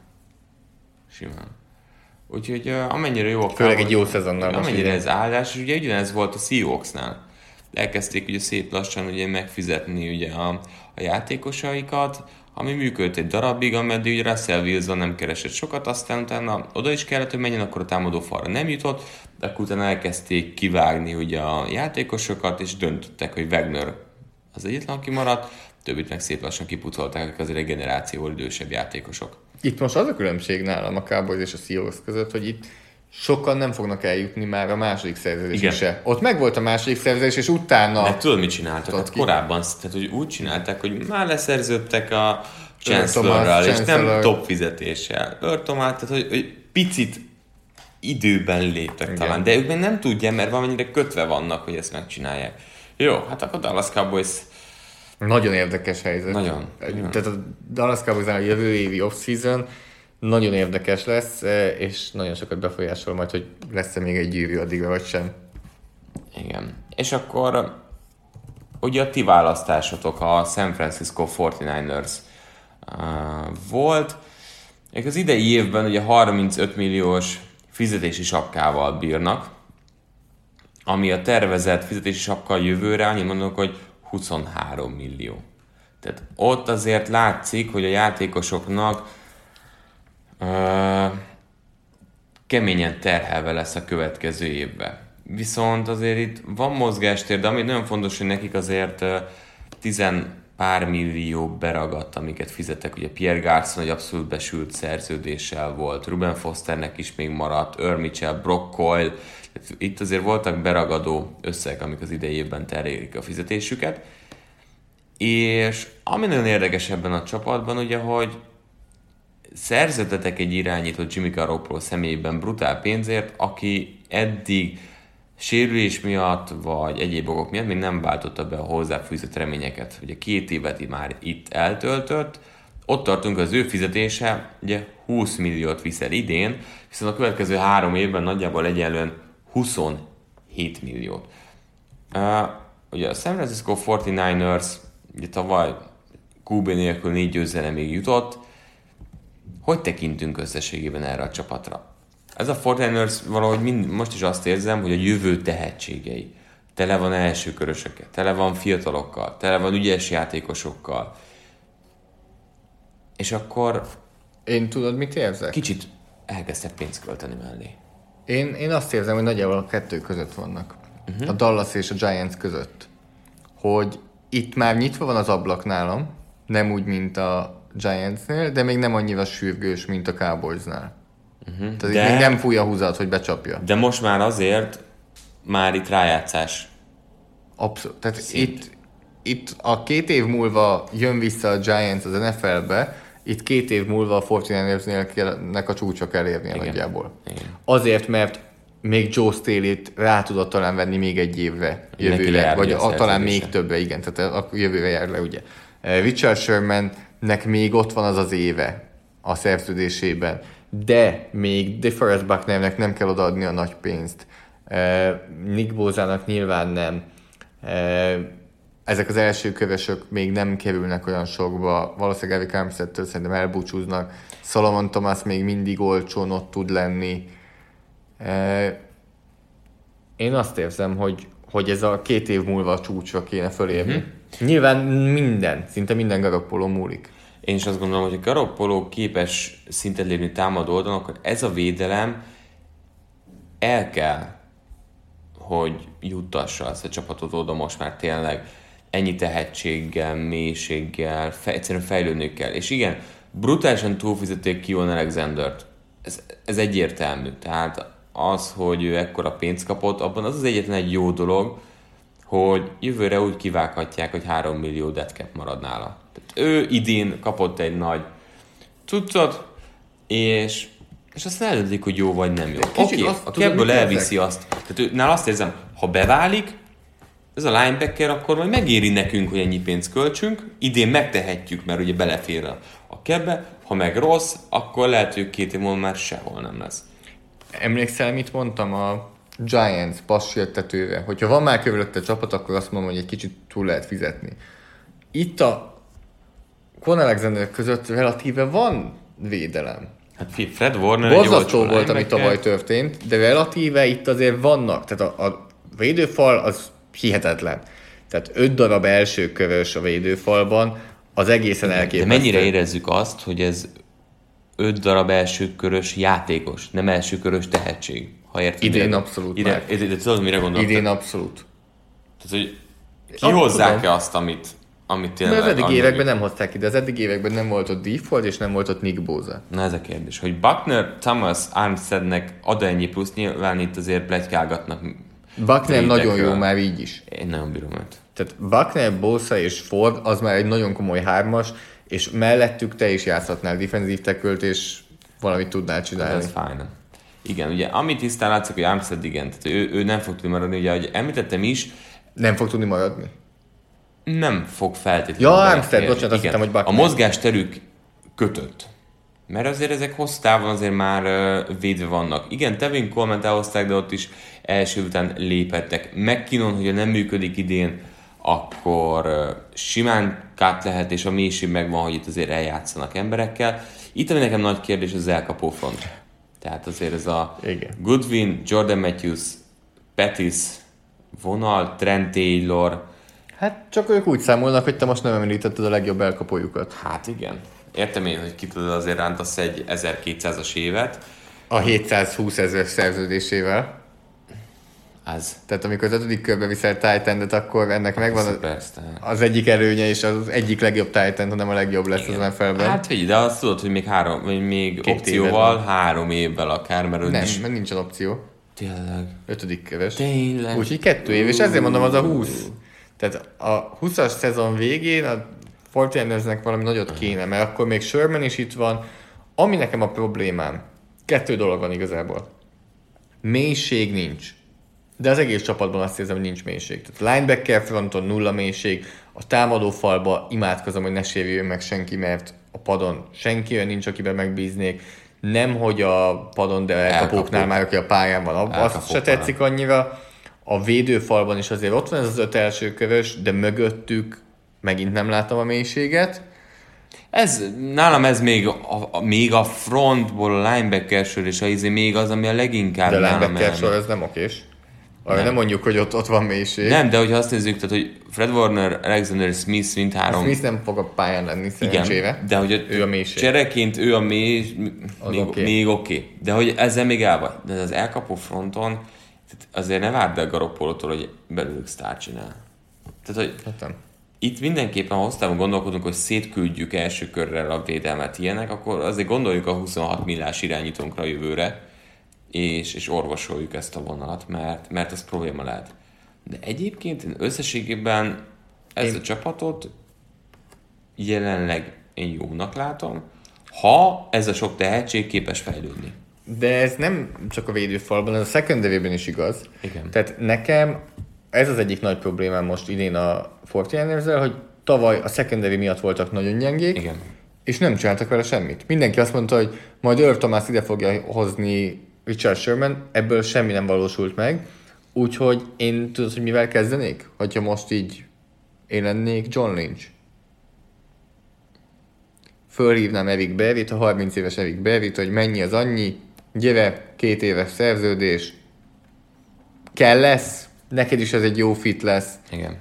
Úgyhogy amennyire jó a főleg egy jó szezonnal. Amennyire ez állás, és ugye ugyanez volt a Seahawksnál. Elkezdték ugye szép lassan ugye megfizetni ugye a játékosaikat, ami működött egy darabig, ameddig ugye Russell Wilson nem keresett sokat, aztán utána oda is kellett, hogy menjen, akkor a támadó falra nem jutott, de akkor utána elkezdték kivágni ugye a játékosokat, és döntöttek, hogy Wagner az egyetlen, aki maradt, többit meg szép lassan kipucolták, akik azért egy generációval idősebb játékosok. Itt most az a különbség nálam a Cowboys és a Seahawks között, hogy itt sokan nem fognak eljutni már a második szerződésre se. Ott meg volt a második szerződés, és utána... De tudod, mit csináltak? Hát korábban, tehát hogy úgy csinálták, hogy már leszerződtek a Chancellorral, és nem top fizetéssel. Tehát hogy picit időben léptek talán, de ők még nem tudják, mert valamennyire kötve vannak, hogy ezt megcsinálják. Jó, hát akkor Dallas Cowboys... Nagyon érdekes helyzet. Nagyon. Tehát a Dallas Cowboys-nál a jövő évi off-season nagyon érdekes lesz, és nagyon sokat befolyásol majd, hogy lesz-e még egy gyűrű addigra, vagy sem. Igen. És akkor ugye a ti választásotok a San Francisco 49ers volt. Az idei évben ugye 35 milliós fizetési sapkával bírnak, ami a tervezett fizetési sapka jövőre, annyit mondok, hogy 23 millió. Tehát ott azért látszik, hogy a játékosoknak keményen terhelve lesz a következő évben. Viszont azért itt van mozgástér, de ami nagyon fontos, hogy nekik azért 10 pár millió beragadt, amiket fizettek. Ugye Pierre Garçon egy abszolút besült szerződéssel volt, Ruben Fosternek is még maradt, Earl Mitchell, Brock Coyle. Itt azért voltak beragadó összegek, amik az idei évben terhelik a fizetésüket. És ami nagyon érdekes ebben a csapatban, ugye, hogy szerződtetek egy irányítót Jimmy Garoppolo személyében brutál pénzért, aki eddig sérülés miatt, vagy egyéb okok miatt még nem váltotta be a hozzáfűzött reményeket. Ugye 2 évet már itt eltöltött, ott tartunk, az ő fizetése ugye 20 milliót viszel idén, viszont a következő 3 évben nagyjából egyenlően 27 milliót. Ugye a San Francisco 49ers ugye tavaly QB nélkül 4 győzelemig jutott. Hogy tekintünk összességében erre a csapatra? Ez a 49ers valahogy most is azt érzem, hogy a jövő tehetségei. Tele van első körösökkel, tele van fiatalokkal, tele van ügyes játékosokkal. És akkor... Én tudod, mit érzek? Kicsit elkezdtek pénzt költeni mellé. Én azt érzem, hogy nagyjából a 2 között vannak. A Dallas és a Giants között. Hogy itt már nyitva van az ablak nálam, nem úgy, mint a Giantsnél, de még nem annyira sürgős, mint a Cowboysnál. Tehát itt még nem fúj a húzat, hogy becsapja. De most már azért már itt rájátszás. Abszolút. Tehát itt a 2 év múlva jön vissza a Giants az NFL-be, itt 2 év múlva a 49ersnek a csúcsa kell érnie nagyjából. Azért, mert még Joe Staley-t rá tudott talán venni még egy évre jövőre, vagy talán még többre, igen, tehát a jövőre jár le, ugye. Richard Shermannek még ott van az éve a szerződésében, de még DeForest Bucknernek nem kell odaadni a nagy pénzt. Nick Bosának nyilván nem. Ezek az első kövesök még nem kerülnek olyan sokba. Valószínűleg Eric Armstead-től szerintem elbúcsúznak. Solomon Thomas még mindig olcsón ott tud lenni. Én azt érzem, hogy ez a 2 év múlva a csúcsra kéne fölérni. Nyilván szinte minden Garoppolo múlik. Én is azt gondolom, hogy a Garoppolo képes szintet lépni támadó oldalon, akkor ez a védelem el kell, hogy juttassa ezt a csapatot oda most már tényleg ennyi tehetséggel, mélységgel, egyszerűen fejlődni kell. És igen, brutálisan túlfizették Keon Alexandert. Ez egyértelmű. Tehát az, hogy ő ekkora pénzt kapott, abban az egyetlen egy jó dolog, hogy jövőre úgy kivághatják, hogy 3 millió dead cap marad nála. Tehát ő idén kapott egy nagy cuccot, és aztán eldöntik, hogy jó vagy nem jó. Oké, aki ebből elviszi azt. Tehát nála azt érzem, ha beválik, ez a linebacker, akkor majd megéri nekünk, hogy ennyi pénzt költsünk. Idén megtehetjük, mert ugye belefér a capbe. Ha meg rossz, akkor lehet, hogy 2 év múlva már sehol nem lesz. Emlékszel, mit mondtam a Giants passértetőre? Hogyha van már körülötte csapat, akkor azt mondom, hogy egy kicsit túl lehet fizetni. Itt a Kwon Alexander között relatíve van védelem. Hát Fred Warner borzasztó volt, ami tavaly történt, de relatíve itt azért vannak. Tehát a védőfal az hihetetlen. Tehát 5 darab első körös a védőfalban, az egészen elképesztő. De mennyire érezzük azt, hogy ez 5 darab első körös játékos, nem első körös tehetség. Ha érted, idén abszolút. De tudod, mire gondoltam? Idén abszolút. Tehát, hogy kihozzák-e azt, amit tényleg... De az eddig években nem hozták ide. Az eddig években nem volt ott Default, és nem volt ott Nick Bosa. Na ez a kérdés, hogy Buckner, Thomas, Armsteadnek ad ennyi plusz, nyilván itt azért pletykálgatnak. Buckner nagyon jó már így is. Én nagyon bírom őt. Tehát Buckner, Bosa és Ford az már egy nagyon komoly 3-as, és mellettük te is játszhatnál defenzív tackle-t, és valamit tudnál csinálni. Ez fájna. Igen, ugye amit tisztán látszik, hogy Armstead igen, tehát ő nem fog tudni maradni, ugye, ahogy említettem is. Nem fog tudni maradni? Nem fog feltétlenül. Ja, Armstead, bocsánat, azt hittem, hogy Buckner. A mozgásterük kötött. Mert azért ezek hosszú távon azért már védve vannak. Igen, Tevin Coleman-t elhozták, de ott is első után lépettek. McKinnon, hogyha nem működik idén, akkor simán cut lehet, és a mélység megvan, hogy itt azért eljátszanak emberekkel. Itt, ami nekem nagy kérdés, az elkapó front. Tehát azért ez a Goodwin, Jordan Matthews, Pettis vonal, Trent Taylor. Hát csak ők úgy számolnak, hogy te most nem említetted a legjobb elkapójukat. Hát igen. Értem én, hogy ki tudod azért rántasz egy 1200-as évet. A 720 000 szerződésével. Tehát amikor az 5. körbe viszel tight endet, akkor ennek megvan az egyik előnye, és az egyik legjobb tight end, hanem a legjobb lesz az NFL-ben. Hát figyelj, de azt tudod, hogy még opcióval, 3 évvel akár, mert nem, mert nincsen opció. Tényleg. 5. köves. Tényleg. Úgyhogy 2 év, és ezért mondom, az a 20. Tehát a 20-as szezon végén a 49ersnek valami nagyot kéne, mert akkor még Sherman is itt van. Ami nekem a problémám, 2 dolog van igazából. Mélység nincs. De az egész csapatban azt érzem, hogy nincs mélység. Tehát linebacker fronton 0 mélység, a támadó falba imádkozom, hogy ne sérüljön meg senki, mert a padon senki olyan nincs, akiben megbíznék. Nem, hogy a padon, de elkapóknál már, aki a pályán van, azt se tetszik annyira. A védőfalban is azért ott van ez az 5 első körös, de mögöttük megint nem látom a mélységet. Nálam ez még a frontból a linebacker sor, és még az, ami a leginkább de nálam linebacker sor, ez nem okés. Nem mondjuk, hogy ott van mélység. Nem, de hogyha azt nézzük, tehát, hogy Fred Warner, Alexander Smith mindhárom... Smith nem fog a pályán lenni szerencsére. Igen, de hogy ő a mélység. Csereként ő a még oké. De hogy ezzel még elvan. De az elkapó fronton azért ne várd el Garoppolótól, hogy belőlük sztár csinál. Tehát, hogy itt mindenképpen, ha hosszában gondolkodunk, hogy szétküldjük első körrel a védelmet ilyenek, akkor azért gondoljuk a 26 milliós irányítónkra jövőre, és orvosoljuk ezt a vonalat, mert az probléma lehet. De egyébként én összességében a csapatot jelenleg én jónak látom, ha ez a sok tehetség képes fejlődni. De ez nem csak a védőfalban, ez a secondary-ben is igaz. Igen. Tehát nekem ez az egyik nagy problémám most idén a 49erszel, hogy tavaly a secondary miatt voltak nagyon gyengék, Igen. és nem csináltak vele semmit. Mindenki azt mondta, hogy majd Earl Thomas ide fogja hozni Richard Sherman, ebből semmi nem valósult meg, úgyhogy én tudod, hogy mivel kezdenék? Hogyha most így én lennék John Lynch. Fölhívnám Eric Berryt, a 30 éves Eric Berryt, hogy mennyi az annyi, gyere, 2 éves szerződés, kell lesz, neked is ez egy jó fit lesz. Igen.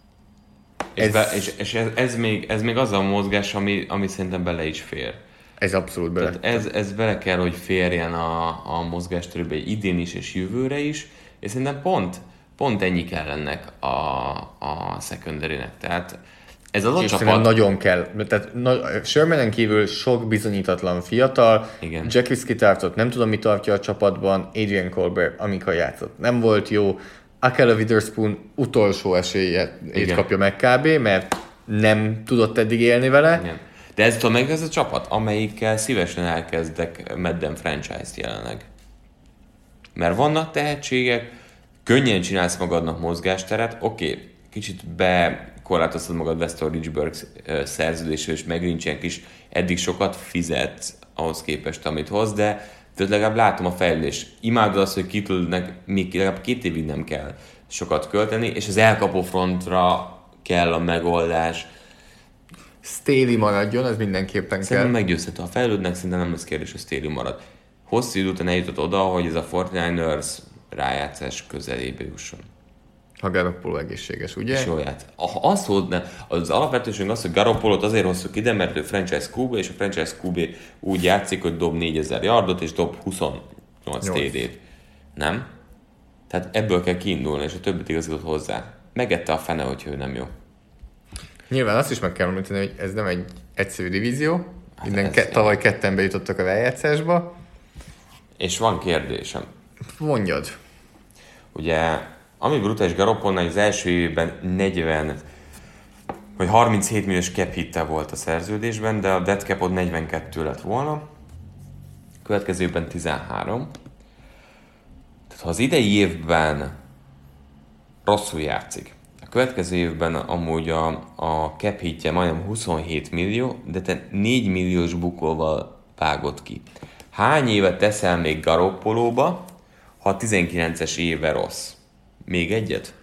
Ez még az a mozgás, ami szerintem bele is fér. Ez abszolút bele. Tehát ez bele kell, hogy férjen a mozgástörőbe idén is és jövőre is, és szerintem pont ennyi kell ennek a secondary-nek. Tehát ez az a csapat... nagyon kell. Tehát Shermanen kívül sok bizonyítatlan fiatal, Igen. Jack Whiskey tartott, nem tudom mi tartja a csapatban, Adrian Colbert, amikor játszott, nem volt jó, Akela Witherspoon utolsó esélyét kapja meg kb, mert nem tudott eddig élni vele. Igen. De ez meg ez a csapat, amelyikkel szívesen elkezdek Madden franchise-t jelenleg. Mert vannak tehetségek, könnyen csinálsz magadnak mozgásteret, oké, kicsit bekorlátoztad magad Weston Richburg szerződésről, és megrincsenek is, eddig sokat fizet ahhoz képest, amit hoz, de legalább látom a fejlődést. Imádod azt, hogy Kittle-nek még legalább 2 évig nem kell sokat költeni, és az elkapó frontra kell a megoldás. Staley maradjon, ez mindenképpen Szerintem kell. meggyőzhető, ha fejlődnek, szerintem nem lesz kérdés, hogy Staley marad. Hosszú idő után eljutott oda, hogy ez a 49ers rájátszás közelébe jusson. Ha Garoppolo egészséges, ugye? És jól játsz. Ha azt hozna, az alapvetőség az, hogy Garoppolót azért hoztuk ide, mert ő franchise QB, és a franchise QB úgy játszik, hogy dob 4000 yardot, és dob 28 TD-t. Nem? Tehát ebből kell kiindulni, és a többit igazított hozzá. Megette a fene, hogy ő nem jó. Nyilván azt is meg kell említeni, hogy ez nem egy egyszerű divízió. Hát tavaly ketten bejutottak a rájátszásba. És van kérdésem. Mondjad. Ugye, ami brutális Garoppolnál, az első évben 40 vagy 37 milliós cap hitte volt a szerződésben, de a dead capod 42 lett volna. Következő évben 13. Tehát ha az idei évben rosszul játszik, a következő évben amúgy a cap hitje majdnem 27 millió, de te 4 milliós bukóval vágod ki. Hány évet teszel még Garoppolóba, ha a 19-es éve rossz? Még egyet?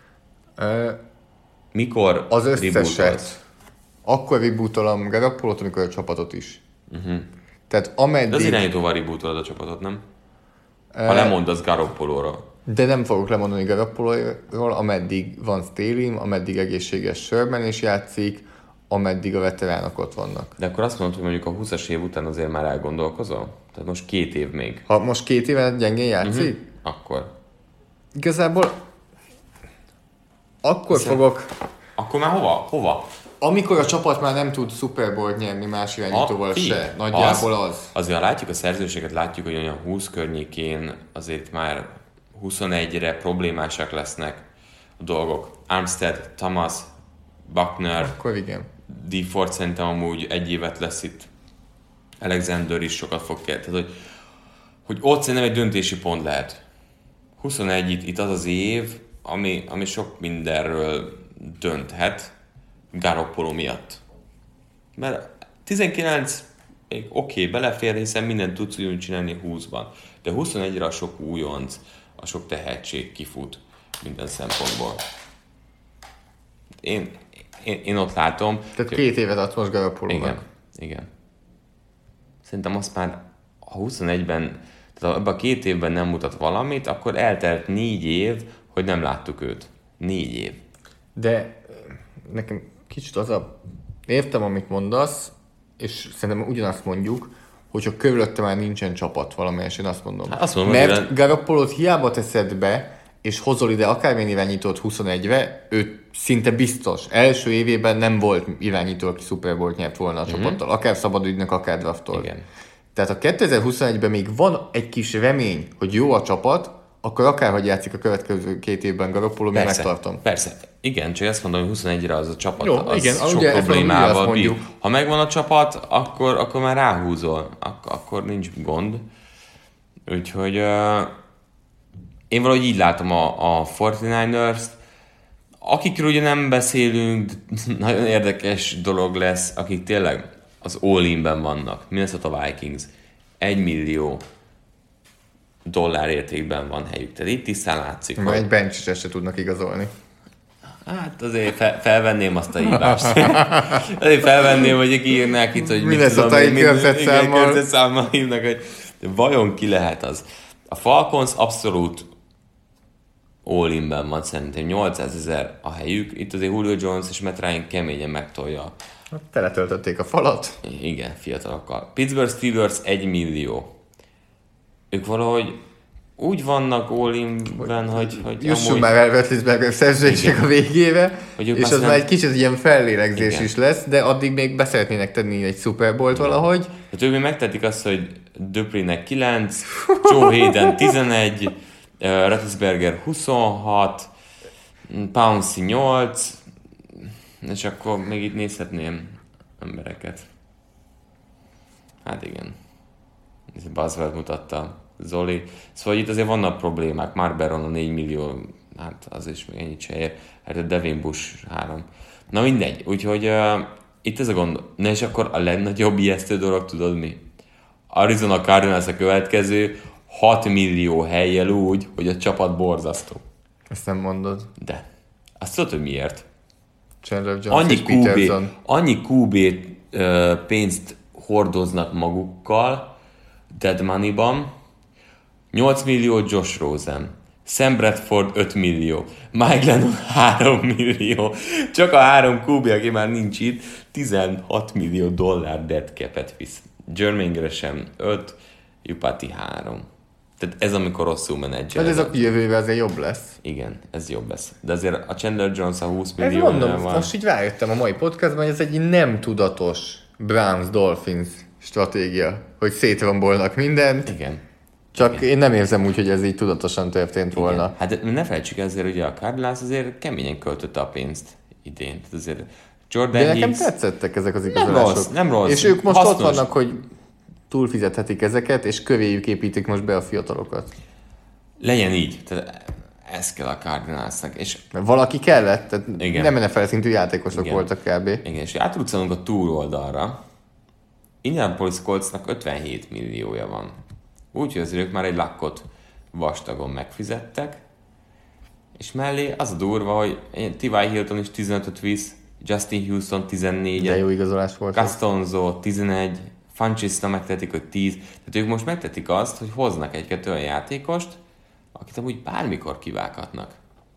Mikor az összeset. rebootolsz? Akkor rebootolom Garoppolót, amikor a csapatot is. Tehát ameddig... De az irányítóval rebootolod a csapatot, nem? Ha lemondasz Garoppolóra. De nem fogok lemondani Garoppolóról, ameddig van Staley, ameddig egészséges Sherman is játszik, ameddig a veteránok ott vannak. De akkor azt mondod, hogy mondjuk a 20-as év után azért már elgondolkozol? Tehát most 2 év még. Ha most 2 éve gyengén játszik, Akkor. igazából akkor fogok... Akkor már hova? Amikor a csapat már nem tud Super Bowl-t nyerni más irányítóval se. Nagyjából az. Azért, ha látjuk a szerződéseket, látjuk, hogy olyan 20 környékén azért már 21-re problémásak lesznek a dolgok. Armstead, Thomas, Buckner, Akkor igen. D. Ford szerintem amúgy 1 évet lesz itt. Alexander is sokat fog kell. Tehát, hogy ott szerintem egy döntési pont lehet. 21 itt az az év, ami sok mindenről dönthet Garoppolo miatt. Mert 19 még oké, belefér, hiszen mindent tudsz ugyanúgy csinálni 20-ban. De 21-re a sok újonc, a sok tehetség kifut minden szempontból. Én ott látom. Tehát 2 évet adsz most Garoppolónak. Igen. Szerintem azt már, ha 21-ben, tehát ebben a 2 évben nem mutat valamit, akkor eltelt 4 év, hogy nem láttuk őt. 4 év. De nekem kicsit az a... Értem, amit mondasz, és szerintem ugyanazt mondjuk, hogyha körülötte már nincsen csapat valamelyes, én azt mondom. Hát azt mondom, mert Garoppolót hiába teszed be, és hozol ide akármilyen irányítót 21-re, ő szinte biztos. Első évében nem volt irányító, aki Super Bowl-t nyert volna a csapattal. Akár szabadügynök, akár draftol. Igen. Tehát a 2021-ben még van egy kis remény, hogy jó a csapat, akkor akárhogy játszik a következő 2 évben Garoppolo, mi megtartom. Persze. Igen, csak azt mondom, hogy 21-re az a csapat jó, az igen, sok ugye, problémával bír. Ha megvan a csapat, akkor már ráhúzol. Akkor nincs gond. Úgyhogy én valahogy így látom a 49ers-t. Akikről ugye nem beszélünk, nagyon érdekes dolog lesz, akik tényleg az all-inben vannak. Minnesota Vikings. $1 millió értékben van helyük. Tehát itt tisztán látszik. Mert egy bench-et se tudnak igazolni. Hát azért felvenném azt a hívást. Azért felvenném, hogy kiírnák itt, hogy Minnesota-i körzetszámmal hívnak, hogy vajon ki lehet az. A Falcons abszolút all-inben van, szerintem 800 000 a helyük. Itt azért Julio Jones és Matt Ryan keményen megtolja. Teletöltötték a falat. Igen, fiatalokkal. Pittsburgh Steelers $1 millió. Ők valahogy úgy vannak all-inben, hogy jussunk már el Roethlisberger szerződésének a végébe, és az már egy kicsit ilyen fellélegzés is lesz, de addig még beszeretnének tenni egy Super Bowl-t valahogy. Hát ők még megtették azt, hogy Dupree-nek 9, Joe Hayden 11, Roethlisberger 26, Pouncey 8, és akkor még itt nézhetném embereket. Hát igen. Ez Buzzwell mutatta Zoli. Szóval itt azért vannak problémák. Mark Barron a 4 millió, hát az is még ennyit se ér. Hát a Devin Bush 3. Na mindegy. Úgyhogy itt ez a gond. Na és akkor a legnagyobb ijesztő dolog, tudod mi? Arizona Cardinals a következő 6 millió helyjel úgy, hogy a csapat borzasztó. Ezt nem mondod. De. Azt tudod, hogy miért? Chandler Jones és Peterson. Annyi QB pénzt hordoznak magukkal dead money-ban. 8 millió Josh Rosen, Sam Bradford 5 millió, Mike Lennon 3 millió, csak a 3 QB, aki már nincs itt, $16 millió dead cap-et visz. Jermaine Gresham 5, Jupati 3. Tehát ez amikor rosszul menedzser. Ez a jövőre azért jobb lesz. Igen, ez jobb lesz. De azért a Chandler Jones a 20 millió. Ez mondom, most így rájöttem a mai podcastban, hogy ez egy nem tudatos Browns-Dolphins stratégia, hogy szétrombolnak mindent. Igen. Csak igen. Én nem érzem úgy, hogy ez így tudatosan történt volna. Igen. Hát ne felejtsük ezért, ugye a Cardinals azért keményen költötte a pénzt idén. Tehát azért Jordan de nekem Hicks... tetszettek ezek az igazolások. Nem rossz. És ők most hasznos. Ott vannak, hogy túlfizethetik ezeket, és kövéjük építik most be a fiatalokat. Legyen így. Tehát ez kell a Cardinalsnak. És mert valaki kellett, tehát igen. nem NFL szintű játékosok igen. voltak kb. Igen, és átruccanunk a túloldalra. Indianapolis Coltsnak 57 milliója van. Úgyhogy azért ők már egy lakkot vastagon megfizettek. És mellé az a durva, hogy T.Y. Hilton is 15-öt visz, Justin Houston 14-et. De jó igazolás volt. Castonzo 11, Funchista megtetik, hogy 10. Tehát ők most megtetik azt, hogy hoznak egy-kettő olyan játékost, akit amúgy bármikor kivághatnak.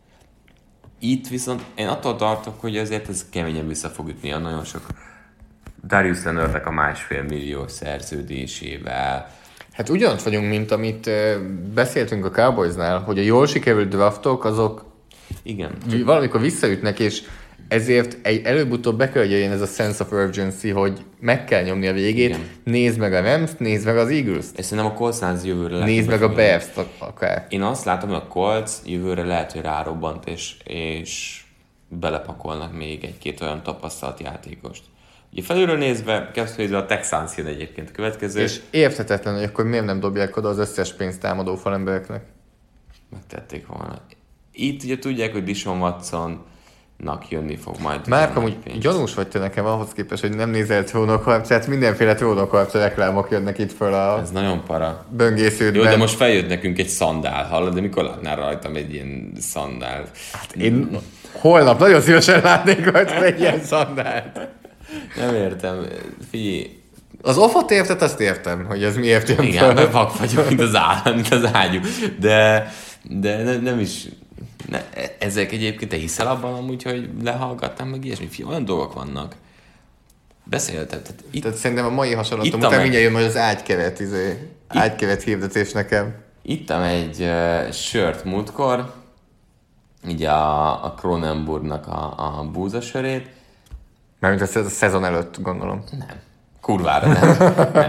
Itt viszont én attól tartok, hogy azért ez keményen vissza fog ütni a nagyon sok Darius Leonardnak a $1,5 millió szerződésével. Hát ugyanott vagyunk, mint amit beszéltünk a Cowboysnál, hogy a jól sikerült draftok, azok igen. Valamikor visszaütnek, és ezért előbb-utóbb be kell, hogy jöjjön ez a sense of urgency, hogy meg kell nyomni a végét. Igen. Nézd meg a Rams-t, nézd meg az Eagles-t. És szerintem a Colts jövőre lehet. Nézd meg a Bears-t akár. Én azt látom, hogy a Colts jövőre lehet, hogy rárobbant, és belepakolnak még egy-két olyan tapasztalt játékost. Ugye felülről nézve, kezdve a Texans jön egyébként a következő. És érthetetlen, hogy akkor miért nem dobják oda az összes pénzt támadó falembereknek. Megtették volna. Itt ugye tudják, hogy Deshaun Watsonnak jönni fog majd. Már amúgy gyanús vagy te nekem ahhoz képest, hogy nem nézel trónokharc, tehát mindenféle trónokharc reklámok jönnek itt föl a ez nagyon para. Böngésződben. Jó, de most feljött nekünk egy szandál, hallod? De mikor látnál rajtam egy ilyen szandál? Hát én holnap nagyon szívesen látnék rajtam egy ilyen szandált. Nem értem. Figyelj. Az offot érted, azt értem, hogy ez miért jön igen, mert vak vagyok, mint az ágyú. De nem is... Ezek egyébként, te hiszel abban amúgy, hogy lehallgattam meg ilyesmi? Olyan dolgok vannak. Beszéltem. Tehát szerintem a mai hasonlatom után mindjárt jön majd az ágykevet hirdetés nekem. Ittam egy sört múltkor, így a Kronenburgnak a búzasörét. Mármint a szezon előtt, gondolom. Nem. Kurvára nem.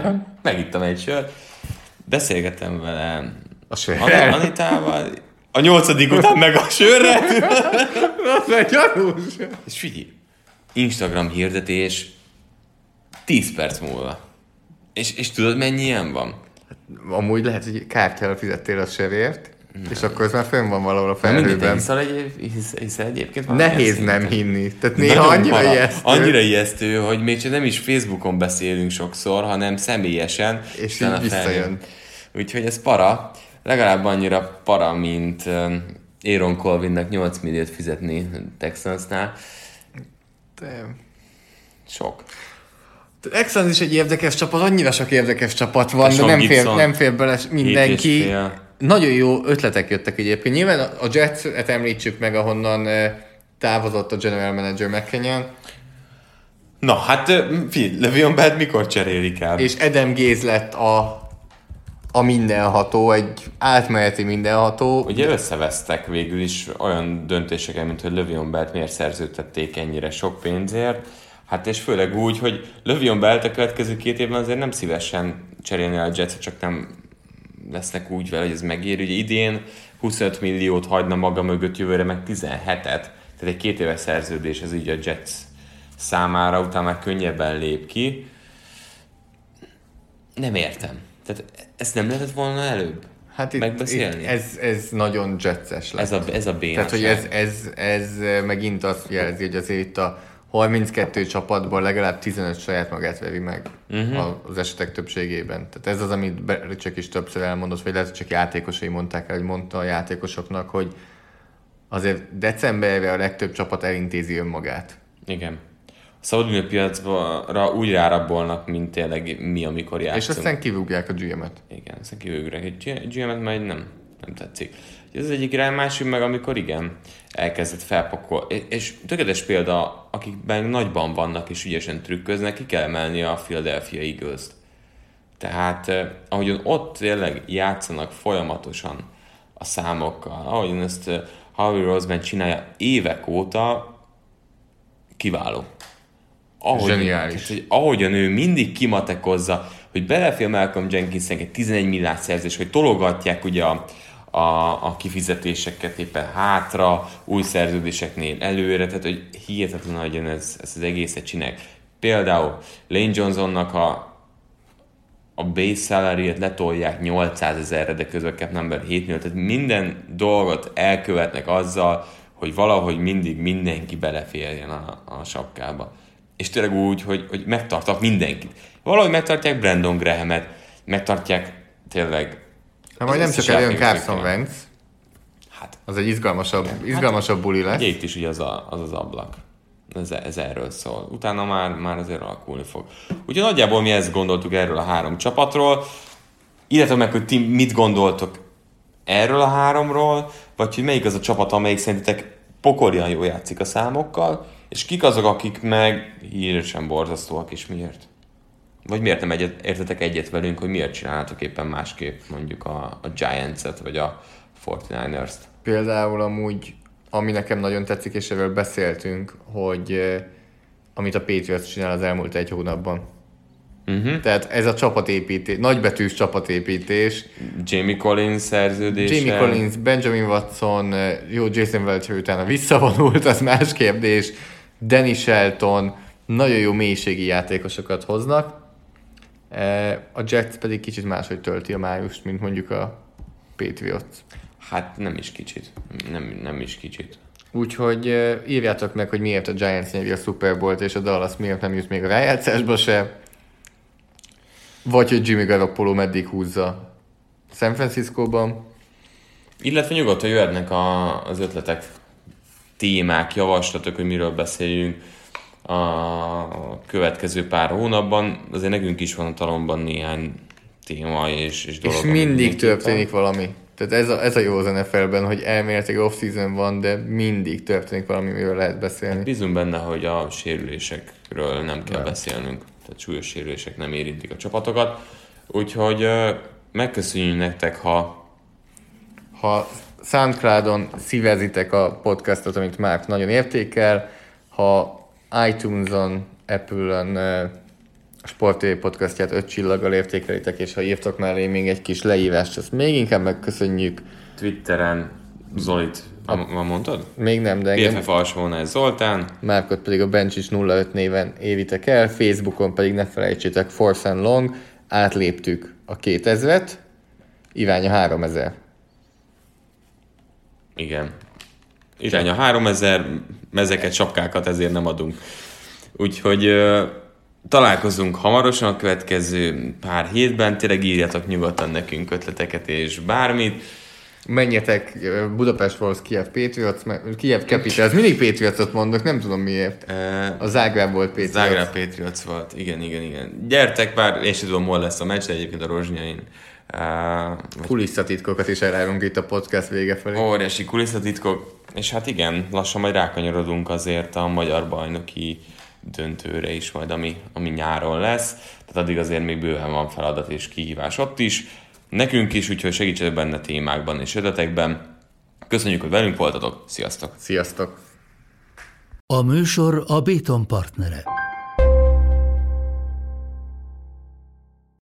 megittam egy sört, beszélgettem vele a sörrel? Anitával, a 8. után meg a sörrel. Az egy gyanús. És figyelj, Instagram hirdetés 10 perc múlva. És tudod, mennyi ilyen van? Amúgy lehet, hogy kártyával fizettél a sörért, és akkor ez már fönn van valahol a felhőben. Hiszel egyébként? Nehéz nem hinni. Tehát néha annyira ijesztő. Annyira ijesztő, hogy még csak nem is Facebookon beszélünk sokszor, hanem személyesen. És így visszajön. Úgyhogy ez para. Legalább annyira para, mint Aaron Colvinnek 8 milliót fizetni Texansnál. Sok. Texans is egy érdekes csapat, annyira sok érdekes csapat van, de nem fér bele mindenki. Nagyon jó ötletek jöttek egyébként. Nyilván a Jets-et említsük meg, ahonnan távozott a general manager McKinnon. Na, hát figyelj, Le'Veon Bell mikor cserélik el? És Adam Gase lett a mindenható, egy átmeneti mindenható. Ugye összevesztek végül is olyan döntéseken, mint hogy Le'Veon Bellt miért szerződtették ennyire sok pénzért. Hát és főleg úgy, hogy Le'Veon Bellt a következő 2 évben azért nem szívesen cserélni a Jets, csak nem lesznek úgy vele, hogy ez megér. Ugye idén 25 milliót hagyna maga mögött, jövőre meg 17-et. Tehát egy 2 éves szerződés ez így a Jets számára, utána már könnyebben lép ki. Nem értem. Tehát ezt nem lehetett volna előbb megbeszélni? Ez nagyon Jetses lett. Ez a bénaság. Tehát, hogy ez megint azt jelzi, hogy azért itt a 32 csapatból legalább 15 saját magát veri meg az esetek többségében. Tehát ez az, amit Belichick is többször elmondott, vagy lehet, hogy csak játékosai mondták el, hogy mondta a játékosoknak, hogy azért decemberre a legtöbb csapat elintézi önmagát. Igen. A szabaduló piacra úgy rárabolnak, mint tényleg mi, amikor játszunk. És aztán kivúgják a GM-et. Igen, aztán kivúgják egy GM-et, majd nem tetszik. Ez az egyik rá, másik meg, amikor igen, elkezdett felpakolni. És tökéletes példa, akikben nagyban vannak és ügyesen trükköznek, ki kell emelni a Philadelphia Eagles-t. Tehát ahogyan ott tényleg játszanak folyamatosan a számokkal, ahogyan ezt Howie Roseman csinálja évek óta, kiváló. Zseniális. Ahogyan ő mindig kimatekozza, hogy belefél Malcolm Jenkinsnek egy 11 milliárd szerzés, hogy tologatják ugye a kifizetéseket éppen hátra, új szerződéseknél előre, tehát hogy hihetetlen ahogyan ezt az egészet csinálják. Például Lane Johnsonnak a base salary-et letolják 800 000-re, de közben cap number 7 millió, tehát minden dolgot elkövetnek azzal, hogy valahogy mindig mindenki beleférjen a sapkába. És tényleg úgy, hogy megtartak mindenkit. Valahogy megtartják Brandon Graham-et, megtartják tényleg. Hát majd nem csak eljön Carson Wentz. Hát, az egy izgalmasabb buli lesz. Ugye itt is ugye az ablak. Ez erről szól. Utána már azért alakulni fog. Úgyhogy nagyjából mi ezt gondoltuk erről a 3 csapatról. Írjátok meg, hogy ti mit gondoltok erről a 3-ról, vagy hogy melyik az a csapat, amelyik szerintetek pokolian jól játszik a számokkal, és kik azok, akik meg híresen borzasztóak, és miért? Vagy miért nem értetek egyet velünk, hogy miért csinálnátok éppen másképp mondjuk a Giants-et, vagy a 49ers-t? Például amúgy, ami nekem nagyon tetszik, és erről beszéltünk, hogy amit a Patriots csinál az elmúlt 1 hónapban. Tehát ez a csapatépítés, nagybetűs csapatépítés. Jamie Collins szerződése. Jamie Collins, Benjamin Watson, jó, Jason Welcher utána visszavonult, az más kérdés. Danny Shelton, nagyon jó mélységi játékosokat hoznak. A Jets pedig kicsit máshogy tölti a májust, mint mondjuk a Patriots. Hát nem is kicsit. Nem is kicsit. Úgyhogy írjátok meg, hogy miért a Giants nyeri a Super Bowl-t, és a Dallas miért nem jut még a rájátszásba se. Vagy hogy Jimmy Garoppolo meddig húzza San Franciscóban. Illetve nyugodtan jöhetnek az ötletek, témák, javaslatok, hogy miről beszéljünk a következő pár hónapban. Azért nekünk is van a talomban néhány téma és dolog. És mindig történik valami. Tehát ez a jó az NFL-ben, hogy elméletileg off-season van, de mindig történik valami, miről lehet beszélni. Hát bízunk benne, hogy a sérülésekről nem kell beszélnünk. Tehát súlyos sérülések nem érintik a csapatokat. Úgyhogy megköszönjük nektek, ha SoundCloudon szívezitek a podcastot, amit Márk nagyon értékel, ha iTunes-on, Apple-on a Sport TV podcastját 5 csillaggal értékelitek, és ha írtok mellé még egy kis leírást, azt még inkább megköszönjük. Twitteren Zolit, mondtad? Még nem, de engem. PFF Zoltán. Márkot pedig a Bencsics 05 néven éritek el, Facebookon pedig ne felejtsétek, Force and Long, átléptük a 2000-et, irány a 3000. Igen. Irány a 3000, mezeket, sapkákat ezért nem adunk. Úgyhogy találkozunk hamarosan a következő pár hétben, tényleg írjatok nyugodtan nekünk ötleteket és bármit. Menjetek Budapest Wolves, Kiev Capitals, mindig Patriotsot mondok, nem tudom miért. A Zágráb volt Patriots. Zágráb Patriots volt, igen. Gyertek, bár én sem tudom, hol lesz a meccs, de egyébként a Rozsnyain. Kulisszatitkokat is elárulunk itt a podcast vége felé. Óriási kulisszatitkok, és hát igen, lassan majd rákanyarodunk azért a magyar bajnoki döntőre is majd, ami nyáron lesz. Tehát addig azért még bőven van feladat és kihívás ott is. Nekünk is, úgyhogy segítsetek benne témákban és ötletekben. Köszönjük, hogy velünk voltatok. Sziasztok! Sziasztok! A műsor a Béton partnere.